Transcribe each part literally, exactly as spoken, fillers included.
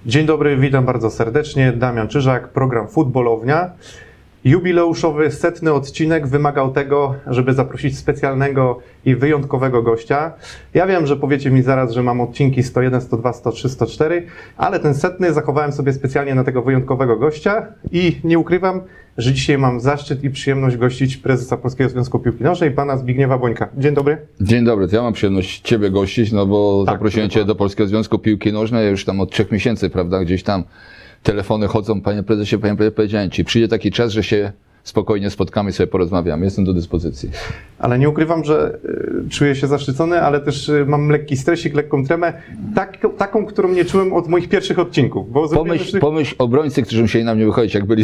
Dzień dobry, witam bardzo serdecznie. Damian Czyżak, program Futbolownia. Jubileuszowy, setny odcinek wymagał tego, żeby zaprosić specjalnego i wyjątkowego gościa. Ja wiem, że powiecie mi zaraz, że mam odcinki sto jeden, sto dwa, sto trzy, sto cztery, ale ten setny zachowałem sobie specjalnie na tego wyjątkowego gościa i nie ukrywam, że dzisiaj mam zaszczyt i przyjemność gościć prezesa Polskiego Związku Piłki Nożnej, pana Zbigniewa Bońka. Dzień dobry. Dzień dobry, to ja mam przyjemność Ciebie gościć, no bo tak, zaprosiłem Cię do Polskiego Związku Piłki Nożnej już tam od trzech miesięcy, prawda, gdzieś tam telefony chodzą, panie prezesie, panie prezesie, powiedziałem Ci, przyjdzie taki czas, że się spokojnie spotkamy i sobie porozmawiamy. Jestem do dyspozycji. Ale nie ukrywam, że y, czuję się zaszczycony, ale też y, mam lekki stresik, lekką tremę, tak, taką, którą nie czułem od moich pierwszych odcinków. Bo pomyśl, jeszcze... pomyśl o obrońcy, którzy musieli na mnie wychodzić, jak byli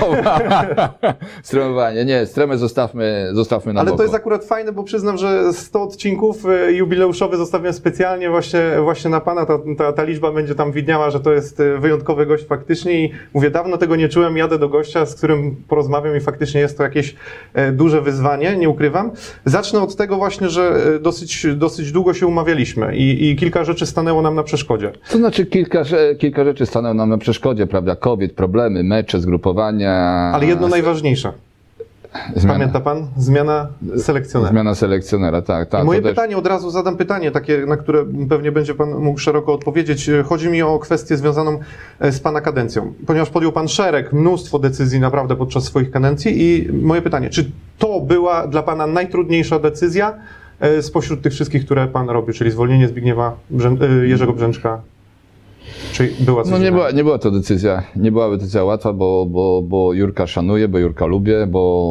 stremowani. Nie, stremę zostawmy, zostawmy na Ale boku. to jest akurat fajne, bo przyznam, że sto odcinków y, jubileuszowy zostawiam specjalnie właśnie, właśnie na pana. Ta, ta, ta liczba będzie tam widniała, że to jest wyjątkowy gość faktycznie i mówię, dawno tego nie czułem, jadę do gościa, z którym porozmawiam i faktycznie jest to jakieś e, duże wyzwanie, nie ukrywam. Zacznę od tego właśnie, że dosyć, dosyć długo się umawialiśmy i, i kilka rzeczy stanęło nam na przeszkodzie. To znaczy kilka, kilka rzeczy stanęło nam na przeszkodzie, prawda? COVID, problemy, mecze, zgrupowania. Ale jedno najważniejsze. Zmiana. Pamięta pan? Zmiana selekcjonera. Zmiana selekcjonera, tak. tak I moje to pytanie, też... od razu zadam pytanie, takie, na które pewnie będzie pan mógł szeroko odpowiedzieć. Chodzi mi o kwestię związaną z pana kadencją, ponieważ podjął pan szereg, mnóstwo decyzji naprawdę podczas swoich kadencji i moje pytanie, czy to była dla pana najtrudniejsza decyzja spośród tych wszystkich, które pan robił, czyli zwolnienie Zbigniewa Brzę... Jerzego Brzęczka? Czy była coś No nie była, nie była to decyzja, nie była decyzja łatwa, bo, bo, bo Jurka szanuję, bo Jurka lubię,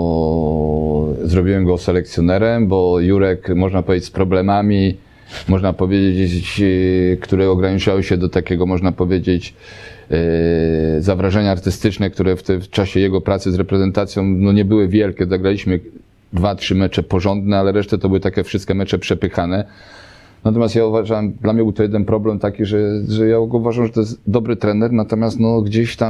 bo zrobiłem go selekcjonerem, bo Jurek, można powiedzieć, z problemami, można powiedzieć, które ograniczały się do takiego, można powiedzieć, yy, zawrażenia artystyczne, które w, te, w czasie jego pracy z reprezentacją no nie były wielkie. Zagraliśmy dwa, trzy mecze porządne, ale resztę to były takie wszystkie mecze przepychane. Natomiast ja uważam, dla mnie był to jeden problem taki, że, że ja uważam, że to jest dobry trener, natomiast no gdzieś tam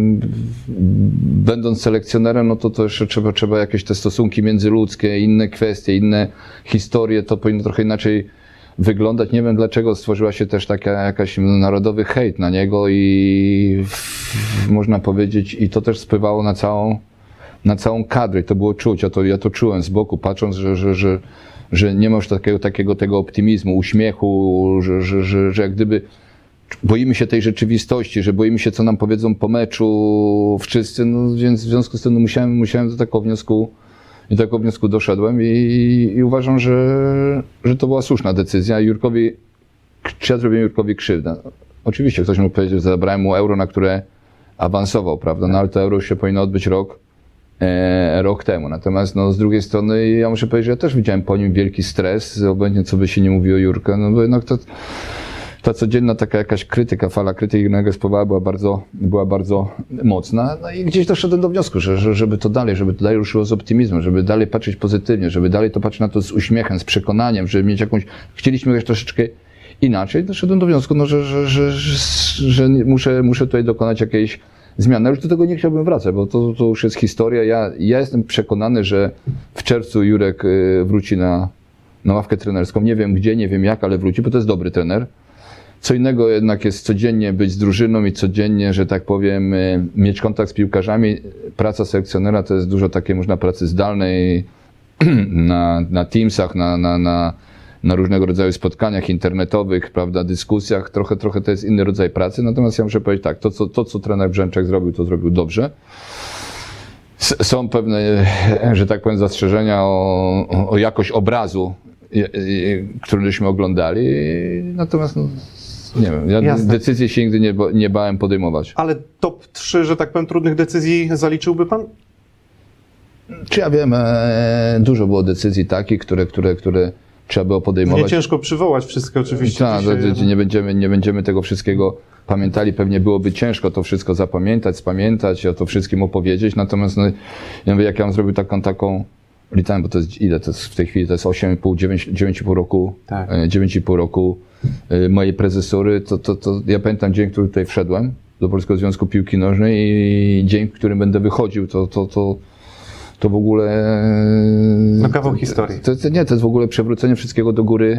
będąc selekcjonerem, no to, to jeszcze trzeba, trzeba jakieś te stosunki międzyludzkie, inne kwestie, inne historie, to powinno trochę inaczej wyglądać. Nie wiem dlaczego stworzyła się też taka jakaś narodowy hejt na niego i w, można powiedzieć, i to też wpływało na całą, na całą kadrę i to było czuć, ja to, ja to czułem z boku, patrząc, że, że, że że nie masz takiego, takiego tego optymizmu, uśmiechu, że, że, że, że jak gdyby boimy się tej rzeczywistości, że boimy się, co nam powiedzą po meczu wszyscy, no więc w związku z tym no, musiałem, musiałem do takiego wniosku i do takiego wniosku doszedłem i, i uważam, że, że to była słuszna decyzja. Jurkowi, czy ja zrobiłem Jurkowi krzywdę? Oczywiście ktoś mógł powiedzieć, że zabrałem mu euro, na które awansował, prawda, no ale to euro się powinno odbyć rok rok temu. Natomiast no, z drugiej strony ja muszę powiedzieć, że ja też widziałem po nim wielki stres, obojętnie co by się nie mówiło o Jurkę, no bo jednak to, ta codzienna taka jakaś krytyka, fala krytyki innego spowodowana była bardzo, była bardzo mocna. No i gdzieś doszedłem do wniosku, że, że żeby to dalej, żeby to dalej ruszyło z optymizmem, żeby dalej patrzeć pozytywnie, żeby dalej to patrzeć na to z uśmiechem, z przekonaniem, żeby mieć jakąś, chcieliśmy grać troszeczkę inaczej, doszedłem do wniosku, no, że, że, że, że, że muszę, muszę tutaj dokonać jakiejś zmiany. Już do tego nie chciałbym wracać, bo to, to już jest historia. Ja, ja jestem przekonany, że w czerwcu Jurek wróci na, na ławkę trenerską. Nie wiem gdzie, nie wiem jak, ale wróci, bo to jest dobry trener. Co innego jednak jest codziennie być z drużyną i codziennie, że tak powiem, mieć kontakt z piłkarzami. Praca selekcjonera to jest dużo takiej, można pracy zdalnej na, na Teamsach, na, na, na na różnego rodzaju spotkaniach internetowych, prawda, dyskusjach, trochę, trochę to jest inny rodzaj pracy, natomiast ja muszę powiedzieć tak, to co, to, co trener Brzęczek zrobił, to zrobił dobrze. S- są pewne, że tak powiem, zastrzeżenia o, o, o jakość obrazu, który żeśmy oglądali, natomiast no, nie wiem, ja Jasne. decyzji się nigdy nie, nie bałem podejmować. Ale top trzy, że tak powiem, trudnych decyzji zaliczyłby pan? Czy ja wiem, e, dużo było decyzji takich, które, które, które trzeba było podejmować. Nie ciężko przywołać wszystko oczywiście. Tak, dzisiaj... nie, będziemy, nie będziemy tego wszystkiego pamiętali. Pewnie byłoby ciężko to wszystko zapamiętać, spamiętać, o to wszystkim opowiedzieć. Natomiast no, ja mówię, jak ja bym zrobił taką, taką liczbę, bo to jest ile? To jest w tej chwili to jest osiem i pół, dziewięć i pół roku, tak. dziewięć i pół roku mojej prezesury, to, to, to ja pamiętam dzień, który tutaj wszedłem do Polskiego Związku Piłki Nożnej i dzień, w którym będę wychodził, to, to, to to w ogóle... No kawał historii. To, to, nie, to jest w ogóle przewrócenie wszystkiego do góry,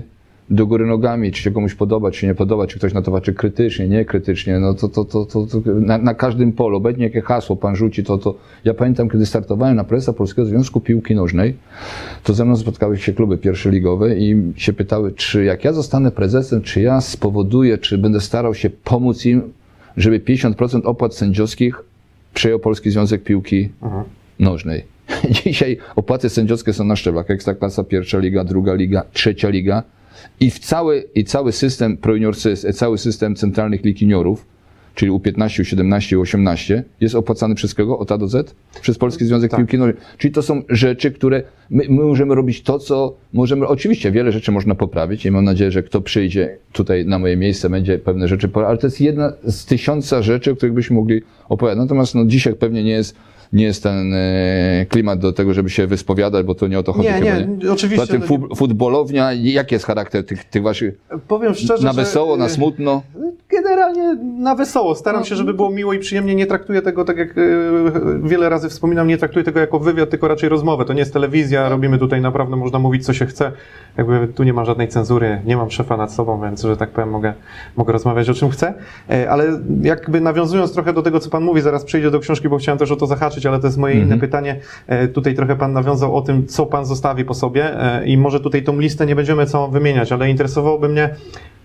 do góry nogami, czy się komuś podoba, czy nie podoba, czy ktoś na to patrzy krytycznie, nie krytycznie, no to, to, to, to, to na, na każdym polu, obecnie jakie hasło pan rzuci, to, to ja pamiętam, kiedy startowałem na prezesa Polskiego Związku Piłki Nożnej, to ze mną spotkały się kluby pierwszoligowe i się pytały, czy jak ja zostanę prezesem, czy ja spowoduję, czy będę starał się pomóc im, żeby pięćdziesiąt procent opłat sędziowskich przejął Polski Związek Piłki Aha. Nożnej. Dzisiaj opłaty sędziowskie są na szczeblach, Ekstraklasa, pierwsza liga, druga liga, trzecia liga i w cały, i cały system Pro Junior Sys, cały system centralnych lig juniorów, czyli U piętnaście, U siedemnaście, U osiemnaście, jest opłacany przez kogo? Od A do Z? Przez Polski Związek tak. Piłki Nożnej. Czyli to są rzeczy, które my, my możemy robić to, co możemy. Oczywiście wiele rzeczy można poprawić i mam nadzieję, że kto przyjdzie tutaj na moje miejsce, będzie pewne rzeczy poprawić, ale to jest jedna z tysiąca rzeczy, o których byśmy mogli opowiadać. Natomiast no, dzisiaj pewnie nie jest nie jest ten e, klimat do tego, żeby się wyspowiadać, bo to nie o to chodzi. Nie, nie, nie, oczywiście. Poza tym fu- futbolownia, jaki jest charakter tych, tych waszych... Powiem szczerze, na wesoło, że, na smutno? Generalnie na wesoło. Staram no. się, żeby było miło i przyjemnie. Nie traktuję tego, tak jak wiele razy wspominam, nie traktuję tego jako wywiad, tylko raczej rozmowę. To nie jest telewizja, robimy tutaj naprawdę, można mówić co się chce. Jakby tu nie ma żadnej cenzury, nie mam szefa nad sobą, więc, że tak powiem, mogę, mogę rozmawiać o czym chcę. Ale jakby nawiązując trochę do tego, co pan mówi, zaraz przejdę do książki, bo chciałem też o to zahaczyć, ale to jest moje mm-hmm. inne pytanie. Tutaj trochę pan nawiązał o tym, co pan zostawi po sobie i może tutaj tą listę nie będziemy całą wymieniać, ale interesowałoby mnie,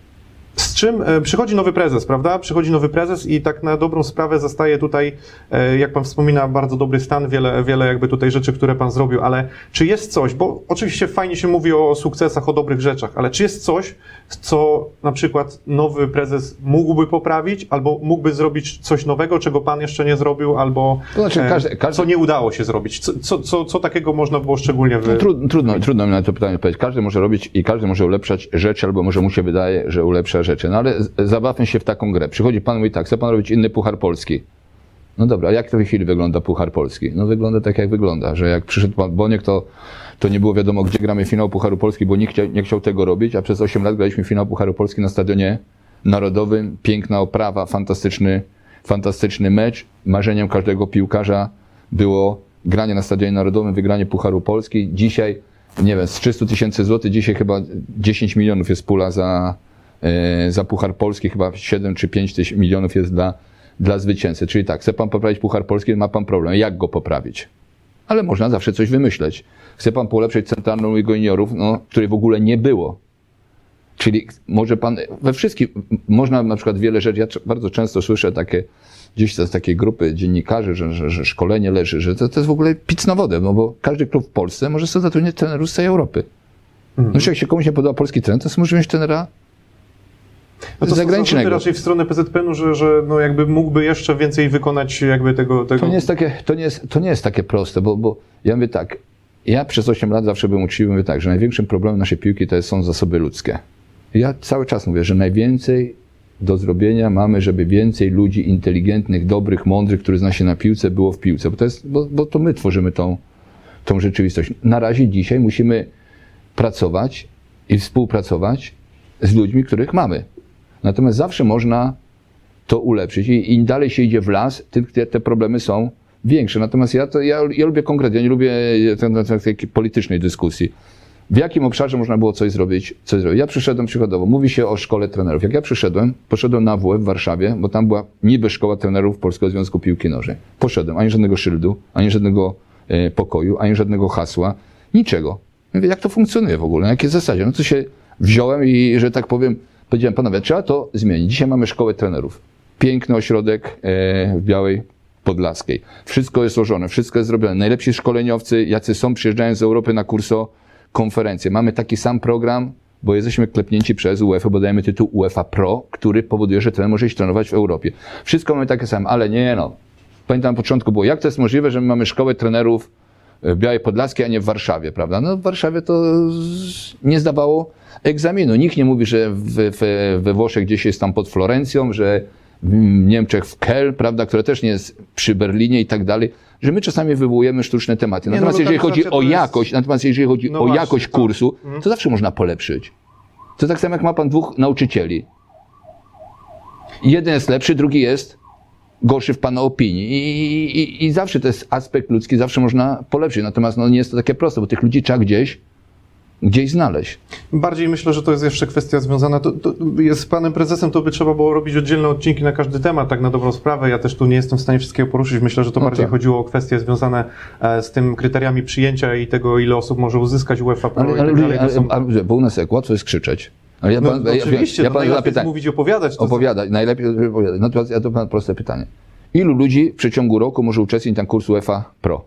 z czym przychodzi nowy prezes, prawda? Przychodzi nowy prezes i tak na dobrą sprawę zostaje tutaj, jak pan wspomina, bardzo dobry stan, wiele, wiele jakby tutaj rzeczy, które pan zrobił, ale czy jest coś, bo oczywiście fajnie się mówi o sukcesach, o dobrych rzeczach, ale czy jest coś, co na przykład nowy prezes mógłby poprawić, albo mógłby zrobić coś nowego, czego pan jeszcze nie zrobił, albo to znaczy, każdy, każdy... co nie udało się zrobić? Co, co, co, co takiego można było szczególnie... Wy... No, trudno, trudno, trudno mi na to pytanie odpowiedzieć. Każdy może robić i każdy może ulepszać rzeczy, albo może mu się wydaje, że ulepsza rzeczy. No ale zabawmy się w taką grę. Przychodzi pan i mówi tak, chce pan robić inny Puchar Polski. No dobra, jak w tej chwili wygląda Puchar Polski? No wygląda tak, jak wygląda, że jak przyszedł pan Boniek, to, to nie było wiadomo, gdzie gramy finał Pucharu Polski, bo nikt nie chciał tego robić, a przez osiem lat graliśmy finał Pucharu Polski na Stadionie Narodowym. Piękna oprawa, fantastyczny, fantastyczny mecz. Marzeniem każdego piłkarza było granie na Stadionie Narodowym, wygranie Pucharu Polski. Dzisiaj, nie wiem, z trzysta tysięcy złotych, dzisiaj chyba dziesięć milionów jest pula za, yy, za Puchar Polski, chyba siedem czy pięć milionów jest dla dla zwycięzcy. Czyli tak, chce pan poprawić Puchar Polski, ma pan problem. Jak go poprawić? Ale można zawsze coś wymyśleć. Chce pan polepszyć centralną ligę juniorów, no, której w ogóle nie było. Czyli może pan we wszystkim, można na przykład wiele rzeczy, ja bardzo często słyszę takie, gdzieś z takiej grupy dziennikarzy, że, że, że szkolenie leży, że to, to jest w ogóle pic na wodę, no bo każdy klub w Polsce może sobie zatrudnić trenerów z całej Europy. Mhm. No, jak się komuś nie podoba polski trener, to może mieć trenera no to zagranicznego. Raczej w stronę P Z P N u, że, że no jakby mógłby jeszcze więcej wykonać jakby tego... tego... To nie jest takie, to nie jest, to nie jest takie proste, bo, bo ja mówię tak, ja przez osiem lat zawsze byłem uczciwy, mówię tak, że największym problemem naszej piłki to są zasoby ludzkie. Ja cały czas mówię, że najwięcej do zrobienia mamy, żeby więcej ludzi inteligentnych, dobrych, mądrych, którzy zna się na piłce, było w piłce, bo to, jest, bo, bo to my tworzymy tą, tą rzeczywistość. Na razie dzisiaj musimy pracować i współpracować z ludźmi, których mamy. Natomiast zawsze można to ulepszyć i im dalej się idzie w las, tym te, te problemy są większe. Natomiast ja, to, ja, ja lubię konkret, ja nie lubię takiej politycznej dyskusji. W jakim obszarze można było coś zrobić, coś zrobić? Ja przyszedłem przykładowo, mówi się o szkole trenerów. Jak ja przyszedłem, poszedłem na A W F w Warszawie, bo tam była niby szkoła trenerów Polskiego Związku Piłki Nożnej. Poszedłem, ani żadnego szyldu, ani żadnego e, pokoju, ani żadnego hasła, niczego. Mówię, jak to funkcjonuje w ogóle, na jakiej zasadzie? No to się wziąłem i, że tak powiem, powiedziałem, panowie, trzeba to zmienić. Dzisiaj mamy szkołę trenerów. Piękny ośrodek w Białej Podlaskiej. Wszystko jest złożone, wszystko jest zrobione. Najlepsi szkoleniowcy, jacy są, przyjeżdżają z Europy na kurso konferencje. Mamy taki sam program, bo jesteśmy klepnięci przez UEFA, bo dajemy tytuł UEFA Pro, który powoduje, że trener może iść trenować w Europie. Wszystko mamy takie same, ale nie no. Pamiętam na początku było, jak to jest możliwe, że my mamy szkołę trenerów w Białej Podlaskiej, a nie w Warszawie, prawda? No w Warszawie to nie zdawało egzaminu. Nikt nie mówi, że w, w, we Włoszech gdzieś jest tam pod Florencją, że w Niemczech w Kiel, prawda, które też nie jest przy Berlinie i tak dalej, że my czasami wywołujemy sztuczne tematy. Natomiast no, jeżeli chodzi o jakość, jest... natomiast jeżeli chodzi no o właśnie, jakość kursu, to... to zawsze można polepszyć. To tak samo jak ma pan dwóch nauczycieli. Jeden jest lepszy, drugi jest gorszy w pana opinii. I, i, i zawsze to jest aspekt ludzki, zawsze można polepszyć. Natomiast no, nie jest to takie proste, bo tych ludzi trzeba gdzieś gdzieś znaleźć. Bardziej myślę, że to jest jeszcze kwestia związana, to, to jest z panem prezesem, to by trzeba było robić oddzielne odcinki na każdy temat, tak na dobrą sprawę. Ja też tu nie jestem w stanie wszystkiego poruszyć. Myślę, że to No bardziej tak. chodziło o kwestie związane z tym kryteriami przyjęcia i tego, ile osób może uzyskać UEFA Pro Ale, i ale, tak dalej. ale, To są... ale, ale, bo u nas jak łatwo jest krzyczeć. Ale ja, No, pan, no, ja, oczywiście, ja, no, ja najlepiej zapytam, jest mówić i opowiadać. To opowiadać, najlepiej opowiadać. No to ja to mam proste pytanie. Ilu ludzi w przeciągu roku może uczestniczyć na kursu UEFA Pro?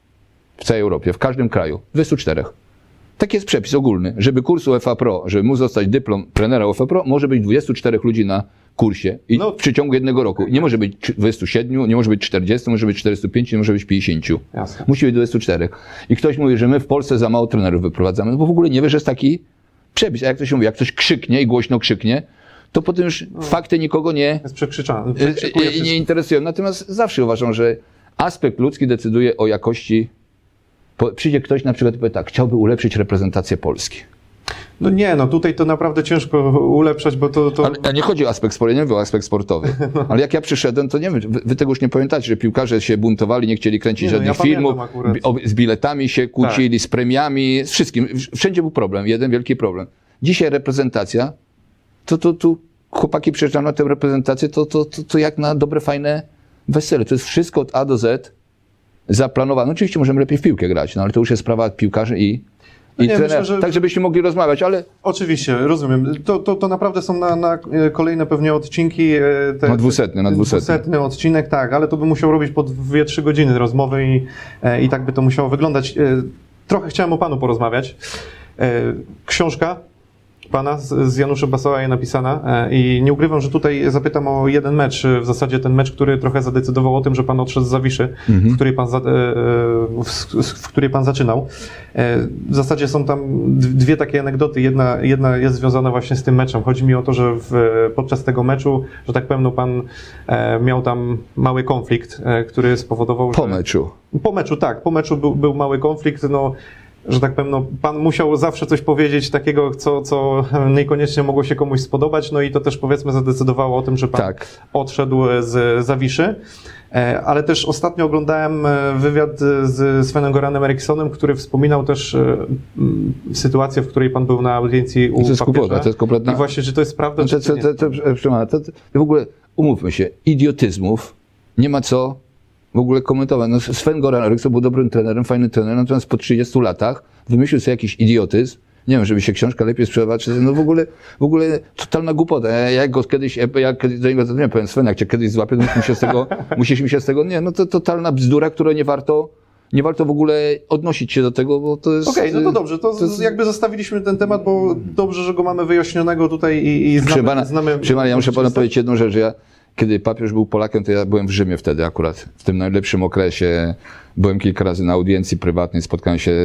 W całej Europie, w każdym kraju. dwudziestu czterech. Taki jest przepis ogólny. Żeby kurs UEFA Pro, żeby móc dostać dyplom trenera UEFA Pro, może być dwudziestu czterech ludzi na kursie i No. w przeciągu jednego roku. Nie może być dwudziestu siedmiu, nie może być czterdziestu, może być czterdziestu pięciu, nie może być pięćdziesięciu. Jasne. Musi być dwudziestu czterech. I ktoś mówi, że my w Polsce za mało trenerów wyprowadzamy, no bo w ogóle nie wie, że jest taki przepis. A jak to się mówi, jak ktoś krzyknie i głośno krzyknie, to potem już No. fakty nikogo nie, Jest przekrzyczane. e, przekrzykuje e, wszystko. nie interesują. Natomiast zawsze uważam, że aspekt ludzki decyduje o jakości. Po, przyjdzie ktoś na przykład i powie tak, chciałby ulepszyć reprezentację Polski. No nie, no tutaj to naprawdę ciężko ulepszać, bo to... to... Ale, ale nie chodzi o aspekt sportowy, nie mówię o aspekt sportowy. Ale jak ja przyszedłem, to nie wiem, wy, wy tego już nie pamiętacie, że piłkarze się buntowali, nie chcieli kręcić Nie, no, żadnych ja filmów, pamiętam akurat. bi- o- z biletami się kłócili, z premiami, z wszystkim. Wszędzie był problem, jeden wielki problem. Dzisiaj reprezentacja, to, to, to chłopaki przyjeżdżają na tę reprezentację, to, to, to, to jak na dobre, fajne wesele. To jest wszystko od A do Z zaplanowane. Oczywiście możemy lepiej w piłkę grać, no ale to już jest sprawa piłkarzy i, No i nie, trenera. myślę, że- Tak, żebyśmy mogli rozmawiać, ale Oczywiście, rozumiem. To, to, to naprawdę są na, na e, kolejne pewnie odcinki. e, Te, Na dwusetny, na dwusetny. dwusetny odcinek, tak, ale to by musiał robić po dwie trzy godziny rozmowy i, e, i tak by to musiało wyglądać. E, Trochę chciałem o panu porozmawiać. E, Książka pana z, z Januszem Basołajem napisana e, i nie ukrywam, że tutaj zapytam o jeden mecz, e, w zasadzie ten mecz, który trochę zadecydował o tym, że pan odszedł z Zawiszy, w, której pan za, e, e, w, w której pan zaczynał. E, W zasadzie są tam d- dwie takie anegdoty. Jedna, jedna jest związana właśnie z tym meczem. Chodzi mi o to, że w, podczas tego meczu, że tak powiem, no pan e, miał tam mały konflikt, e, który spowodował, po że... meczu. Po meczu, tak. Po meczu był, był mały konflikt, no, że tak powiem, no, pan musiał zawsze coś powiedzieć takiego, co, co niekoniecznie mogło się komuś spodobać, no i to też powiedzmy zadecydowało o tym, że pan Tak. odszedł z Zawiszy. E, Ale też ostatnio oglądałem e, wywiad z Svenem Goranem Erikssonem, który wspominał też e, m, sytuację, w której pan był na audiencji u To jest papieża. głupota, to jest kompletna... I właśnie, czy to jest prawda, No to, czy to, nie? to, to, to, to, to w ogóle, umówmy się, idiotyzmów nie ma co w ogóle komentować. No Sven Goran Eriksson był dobrym trenerem, fajnym trenerem, natomiast po trzydziestu latach wymyślił sobie jakiś idiotyzm, nie wiem, żeby się książka lepiej sprzedawała, czy no w ogóle, w ogóle totalna głupota. Ja jak go kiedyś, ja kiedyś do niego zadzwoniłem, powiem, Sven, jak cię kiedyś złapię, to musisz mi się z tego, musisz mi się z tego, nie, no to totalna bzdura, która nie warto, nie warto w ogóle odnosić się do tego, bo to jest... Okej, no to dobrze, to, to jest- jakby zostawiliśmy ten temat, bo dobrze, że go mamy wyjaśnionego tutaj i, i znamy, Proszę pana, znamy... proszę pana, ja muszę panu rzeczywistość. powiedzieć jedną rzecz, że ja, kiedy papież był Polakiem, to ja byłem w Rzymie wtedy akurat, w tym najlepszym okresie. Byłem kilka razy na audiencji prywatnej, spotkałem się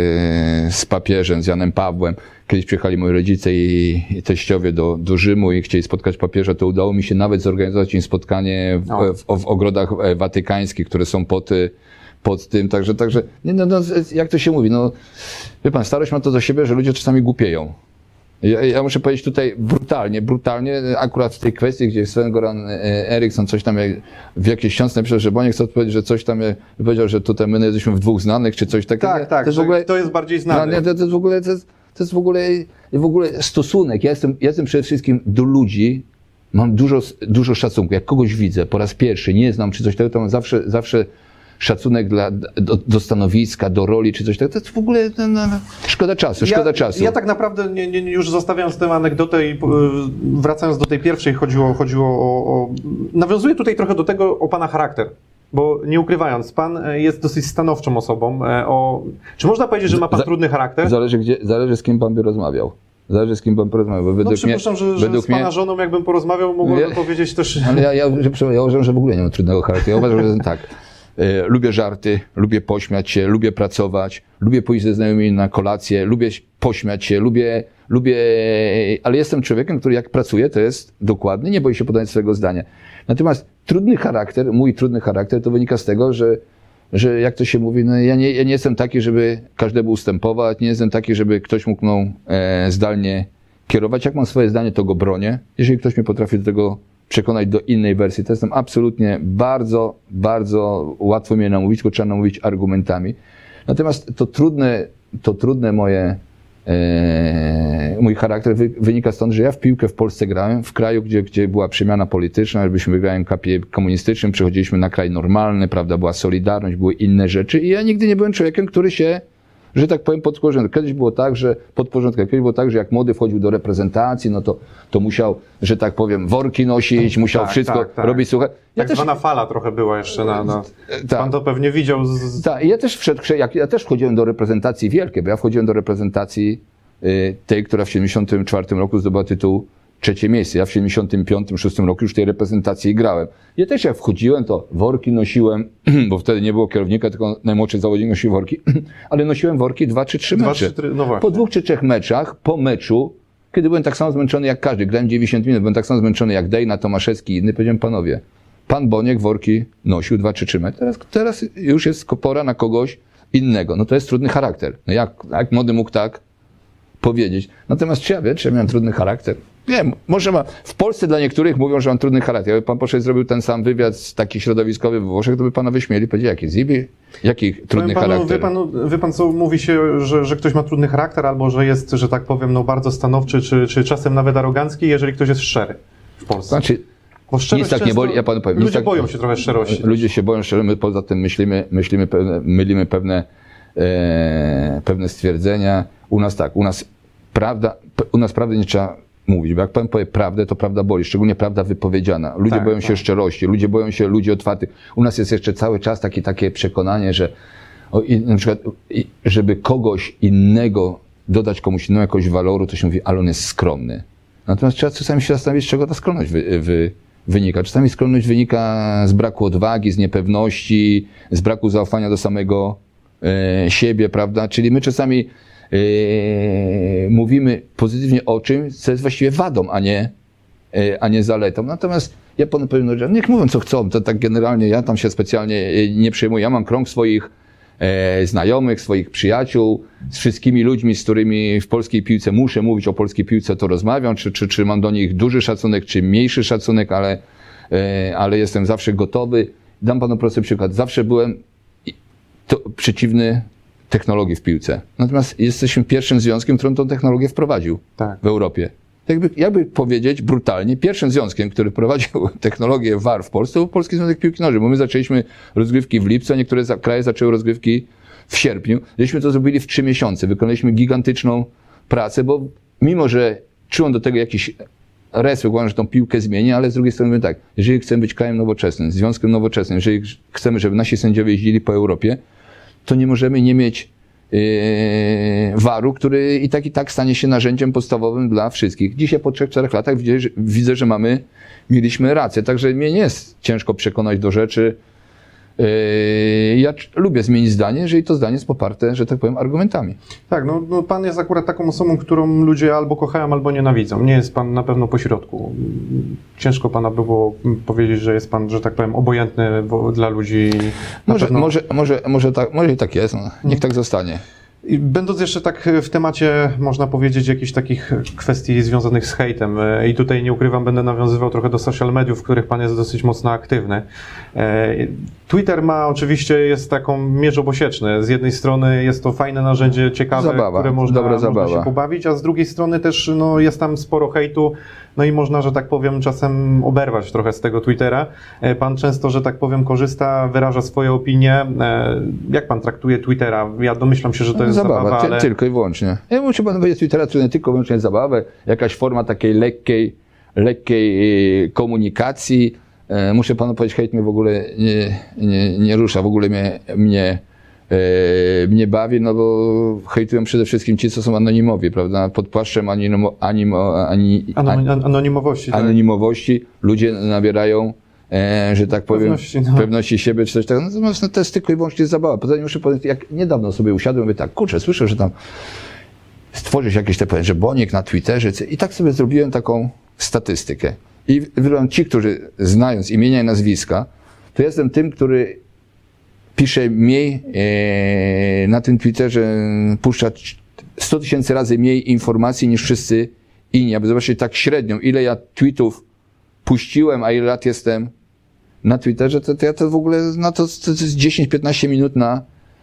z papieżem, z Janem Pawłem. Kiedyś przyjechali moi rodzice i, i teściowie do, do Rzymu i chcieli spotkać papieża, to udało mi się nawet zorganizować im spotkanie w, O. w, w ogrodach watykańskich, które są pod, pod tym, także, także nie, no, no, jak to się mówi, no, wie pan, starość ma to do siebie, że ludzie czasami głupieją. Ja, ja muszę powiedzieć tutaj brutalnie, brutalnie, akurat w tej kwestii, gdzie Sven Goran Eriksson coś tam w jakiejś książce napisał, że Boniek chce odpowiedzieć, że coś tam powiedział, że tutaj my jesteśmy w dwóch znanych, czy coś takiego. Tak, tak, to jest, że w ogóle, to jest bardziej znane. no, nie, to, to jest w ogóle, to jest, to jest w ogóle, w ogóle stosunek. Ja jestem, ja jestem przede wszystkim do ludzi, mam dużo, dużo szacunku. Jak kogoś widzę po raz pierwszy, nie znam, czy coś takiego, to mam zawsze, zawsze szacunek dla, do, do stanowiska, do roli, czy coś takiego. To jest w ogóle no, no, szkoda czasu, szkoda ja, czasu. Ja tak naprawdę, nie, nie, już zostawiając tę anegdotę i y, wracając do tej pierwszej, chodziło, chodziło o, o... Nawiązuję tutaj trochę do tego, o pana charakter. Bo nie ukrywając, pan jest dosyć stanowczą osobą. e, O... Czy można powiedzieć, że ma pan Za- trudny charakter? Zależy, gdzie, zależy z kim pan by rozmawiał. Zależy z kim pan porozmawiał, bo No według mnie... przypuszczam, że, że według z pana mnie, żoną jakbym porozmawiał, mogłabym Nie. powiedzieć też... ale ja, ja, ja, ja uważam, że w ogóle nie mam trudnego charakteru. Ja uważam, że jestem tak. E, lubię żarty, lubię pośmiać się, lubię pracować, lubię pójść ze znajomymi na kolację, lubię pośmiać się, lubię, lubię, ale jestem człowiekiem, który jak pracuje, to jest dokładny, nie boi się podać swojego zdania. Natomiast trudny charakter, mój trudny charakter, to wynika z tego, że, że jak to się mówi, no ja, nie, ja nie jestem taki, żeby każdemu ustępować, nie jestem taki, żeby ktoś mógł mną e, zdalnie kierować. Jak mam swoje zdanie, to go bronię. Jeżeli ktoś mnie potrafi do tego przekonać do innej wersji, to jestem absolutnie bardzo, bardzo łatwo mnie namówić, tylko trzeba namówić argumentami. Natomiast to trudne, to trudne moje e, mój charakter wy, wynika stąd, że ja w piłkę w Polsce grałem, w kraju, gdzie, gdzie była przemiana polityczna, żebyśmy grali w kapie komunistycznym, przechodziliśmy na kraj normalny, prawda, była solidarność, były inne rzeczy i ja nigdy nie byłem człowiekiem, który się, że tak powiem, podporządkował. Kiedyś było tak, że podporządkował. Kiedyś było tak, że jak młody wchodził do reprezentacji, no to, to musiał, że tak powiem, worki nosić, musiał tak, wszystko tak, tak. robić. Słuchaj, ja tak też, zwana fala trochę była jeszcze na... na... tak. Pan to pewnie widział z... Tak, ja też wszedł, jak ja też wchodziłem do reprezentacji wielkiej, bo ja wchodziłem do reprezentacji y, tej, która w siedemdziesiątym czwartym roku zdobyła tytuł trzecie miejsce. Ja w siedemdziesiątym piątym, szóstym roku już w tej reprezentacji grałem. Ja też jak wchodziłem, to worki nosiłem, bo wtedy nie było kierownika, tylko najmłodszy zawodnik nosił worki, ale nosiłem worki dwa czy trzy Dwa, mecze. trzy, no właśnie. Po dwóch czy trzech meczach, po meczu, kiedy byłem tak samo zmęczony jak każdy, grałem dziewięćdziesiąt minut, byłem tak samo zmęczony jak Dejna, Tomaszewski i inny, powiedziałem, panowie, pan Boniek worki nosił dwa czy trzy mecze, teraz, teraz już jest pora na kogoś innego. No to jest trudny charakter. No jak, jak młody mógł tak powiedzieć? Natomiast czy ja wiem, czy ja miałem trudny charakter? Wiem, może ma. W Polsce dla niektórych mówią, że mam trudny charakter. Jakby pan poszedł zrobił ten sam wywiad taki środowiskowy we Włoszech, to by pana wyśmieli, powiedzieli, jaki Zibi, jaki trudny panu, charakter. Wie pan, wie pan co, mówi się, że, że ktoś ma trudny charakter, albo że jest, że tak powiem, no bardzo stanowczy, czy, czy czasem nawet arogancki, jeżeli ktoś jest szczery w Polsce. Znaczy, Bo szczerość nic tak nie często- boli, ja panu powiem. Ludzie nic tak, boją się trochę szczerości. Ludzie się boją szczerze, my poza tym myślimy, myślimy pewne, mylimy pewne, e, pewne stwierdzenia. U nas tak, u nas prawda, u nas prawdy nie trzeba mówić, bo jak pan powie prawdę, to prawda boli, szczególnie prawda wypowiedziana. Ludzie Tak, boją się tak. szczerości, ludzie boją się ludzi otwartych. U nas jest jeszcze cały czas takie, takie przekonanie, że o, i, na przykład, i, żeby kogoś innego, dodać komuś innemu jakoś waloru, to się mówi, ale on jest skromny. Natomiast trzeba czasami się zastanowić, z czego ta skromność wy, wy, wynika. Czasami skromność wynika z braku odwagi, z niepewności, z braku zaufania do samego e, siebie, prawda? Czyli my czasami Yy, mówimy pozytywnie o czymś, co jest właściwie wadą, a nie, yy, a nie zaletą. Natomiast ja panu powiem, że niech mówią co chcą, to tak generalnie ja tam się specjalnie yy, nie przejmuję. Ja mam krąg swoich yy, znajomych, swoich przyjaciół, z wszystkimi ludźmi, z którymi w polskiej piłce muszę mówić o polskiej piłce, to rozmawiam, czy, czy, czy mam do nich duży szacunek, czy mniejszy szacunek, ale, yy, ale jestem zawsze gotowy. Dam panu prosty przykład. Zawsze byłem to, przeciwny technologii w piłce. Natomiast jesteśmy pierwszym związkiem, który tą technologię wprowadził Tak. w Europie. Jakby, jakby powiedzieć brutalnie, pierwszym związkiem, który wprowadził technologię V A R w Polsce, był Polski Związek Piłki Nożnej, bo my zaczęliśmy rozgrywki w lipcu, a niektóre za, kraje zaczęły rozgrywki w sierpniu. Żeśmy to zrobili w trzy miesiące. Wykonaliśmy gigantyczną pracę, bo mimo, że czułem do tego jakiś respekt, uważam, że tą piłkę zmieni, ale z drugiej strony mówię tak, jeżeli chcemy być krajem nowoczesnym, związkiem nowoczesnym, jeżeli chcemy, żeby nasi sędziowie jeździli po Europie, to nie możemy nie mieć yy, V A R-u, który i tak i tak stanie się narzędziem podstawowym dla wszystkich. Dzisiaj po trzech, czterech latach widzę, że, widzę, że mamy, mieliśmy rację. Także mnie nie jest ciężko przekonać do rzeczy. Yy, ja lubię zmienić zdanie, jeżeli to zdanie jest poparte, że tak powiem, argumentami. Tak, no, no pan jest akurat taką osobą, którą ludzie albo kochają, albo nienawidzą. Nie jest pan na pewno pośrodku. Ciężko pana było powiedzieć, że jest pan, że tak powiem, obojętny bo, dla ludzi. Na Może, pewno... może, może, może, tak, może i tak jest, no. Niech tak zostanie. I będąc jeszcze tak w temacie, można powiedzieć, jakichś takich kwestii związanych z hejtem i tutaj nie ukrywam, będę nawiązywał trochę do social mediów, w których pan jest dosyć mocno aktywny. Twitter ma oczywiście, jest taką miecz obosieczny. Z jednej strony jest to fajne narzędzie, ciekawe, Zabawa, które można, dobra można zabawa. się pobawić, a z drugiej strony też no, jest tam sporo hejtu, no i można, że tak powiem, czasem oberwać trochę z tego Twittera. Pan często, że tak powiem, korzysta, wyraża swoje opinie. Jak pan traktuje Twittera? Ja domyślam się, że to jest zabawa, zabawa, ty, ale... tylko i wyłącznie. Ja muszę panu powiedzieć, Twittera to nie tylko i wyłącznie zabawę, jakaś forma takiej lekkiej, lekkiej e, komunikacji. E, muszę panu powiedzieć, hejt mnie w ogóle nie, nie, nie rusza, w ogóle mnie, mnie, e, mnie bawi, no bo hejtują przede wszystkim ci, co są anonimowi, prawda? Pod płaszczem animo, animo, ani, Anon- anonimowości, tak? anonimowości ludzie nabierają E, że tak powiem, Pewności, no. pewności siebie czy coś takiego. Natomiast no, to jest tylko i wyłącznie zabawa. Poza tym muszę powiedzieć, jak niedawno sobie usiadłem, mówię tak, kurczę, słyszę, że tam stworzyć jakieś te powiem, że Boniek na Twitterze i tak sobie zrobiłem taką statystykę. I wybrałem ci, którzy znając imienia i nazwiska, to jestem tym, który pisze mniej e, na tym Twitterze, puszcza sto tysięcy razy mniej informacji niż wszyscy inni. Aby zobaczyć tak średnią, ile ja tweetów puściłem, a ile lat jestem na Twitterze, to, to ja to w ogóle na to, to jest dziesięć piętnaście minut na,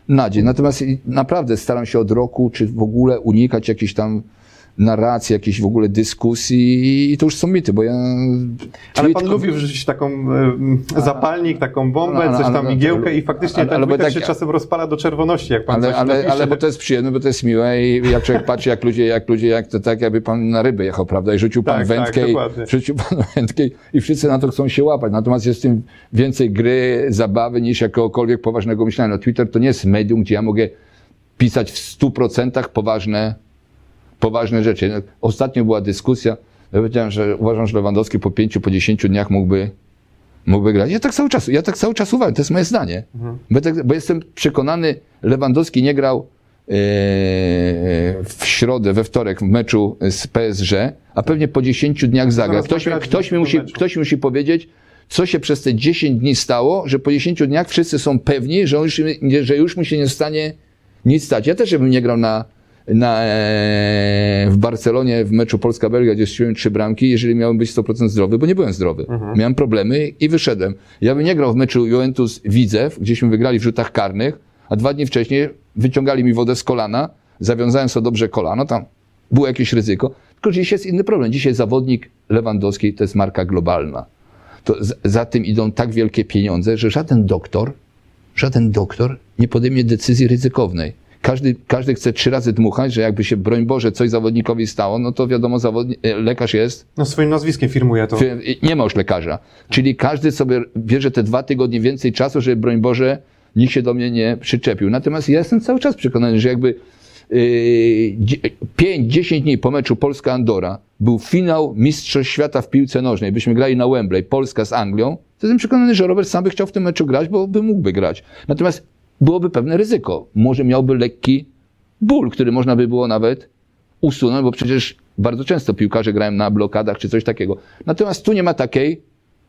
na dzień. Natomiast naprawdę staram się od roku, czy w ogóle unikać jakichś tam narracji, jakiejś w ogóle dyskusji i to już są mity, bo ja... Ale pan lubi wrzucić taką e, zapalnik, taką bombę, ale, coś tam ale, igiełkę i faktycznie ale, ten ale, Twitter tak, się czasem rozpala do czerwoności, jak pan ale, coś ale, napisze. ale bo to jest przyjemne, bo to jest miłe i jak człowiek patrzy, jak ludzie, jak ludzie, jak to tak, jakby pan na ryby jechał, prawda, i rzucił pan tak, wędkę, tak, i, rzucił pan wędkę i wszyscy na to chcą się łapać. Natomiast jest w tym więcej gry, zabawy niż jakiegokolwiek poważnego myślenia. No, Twitter to nie jest medium, gdzie ja mogę pisać w stu procentach poważne poważne rzeczy. Ostatnio była dyskusja, ja powiedziałem, że uważam, że Lewandowski po pięciu, po dziesięciu dniach mógłby, mógłby grać. Ja tak cały czas, ja tak cały czas uważam, to jest moje zdanie. Mhm. Bo, tak, bo jestem przekonany, Lewandowski nie grał e, w środę, we wtorek w meczu z P S G, a pewnie po dziesięciu dniach zagra. Ktoś, mi, ktoś, mi musi, ktoś mi musi powiedzieć, co się przez te dziesięć dni stało, że po dziesięciu dniach wszyscy są pewni, że już, że już mu się nie stanie nic stać. Ja też bym nie grał na Na, e, w Barcelonie w meczu Polska-Belgia, gdzie strzeliłem trzy bramki, jeżeli miałem być sto procent zdrowy, bo nie byłem zdrowy. Mhm. Miałem problemy i wyszedłem. Ja bym nie grał w meczu Juventus-Widzew, gdzieśmy wygrali w rzutach karnych, a dwa dni wcześniej wyciągali mi wodę z kolana, zawiązałem sobie dobrze kolano, tam było jakieś ryzyko. Tylko że dzisiaj jest inny problem. Dzisiaj zawodnik Lewandowski to jest marka globalna. To z, za tym idą tak wielkie pieniądze, że żaden doktor, żaden doktor nie podejmie decyzji ryzykownej. Każdy, każdy chce trzy razy dmuchać, że jakby się, broń Boże, coś zawodnikowi stało, no to wiadomo, zawodnik, lekarz jest. No swoim nazwiskiem firmuje to. Nie ma już lekarza. Czyli każdy sobie bierze te dwa tygodnie więcej czasu, żeby, broń Boże, nikt się do mnie nie przyczepił. Natomiast ja jestem cały czas przekonany, że jakby pięć dziesięć dni po meczu Polska-Andora był finał Mistrzostw Świata w piłce nożnej, byśmy grali na Wembley, Polska z Anglią, to jestem przekonany, że Robert sam by chciał w tym meczu grać, bo by mógłby grać. Natomiast byłoby pewne ryzyko. Może miałby lekki ból, który można by było nawet usunąć, bo przecież bardzo często piłkarze grają na blokadach czy coś takiego. Natomiast tu nie ma takiej,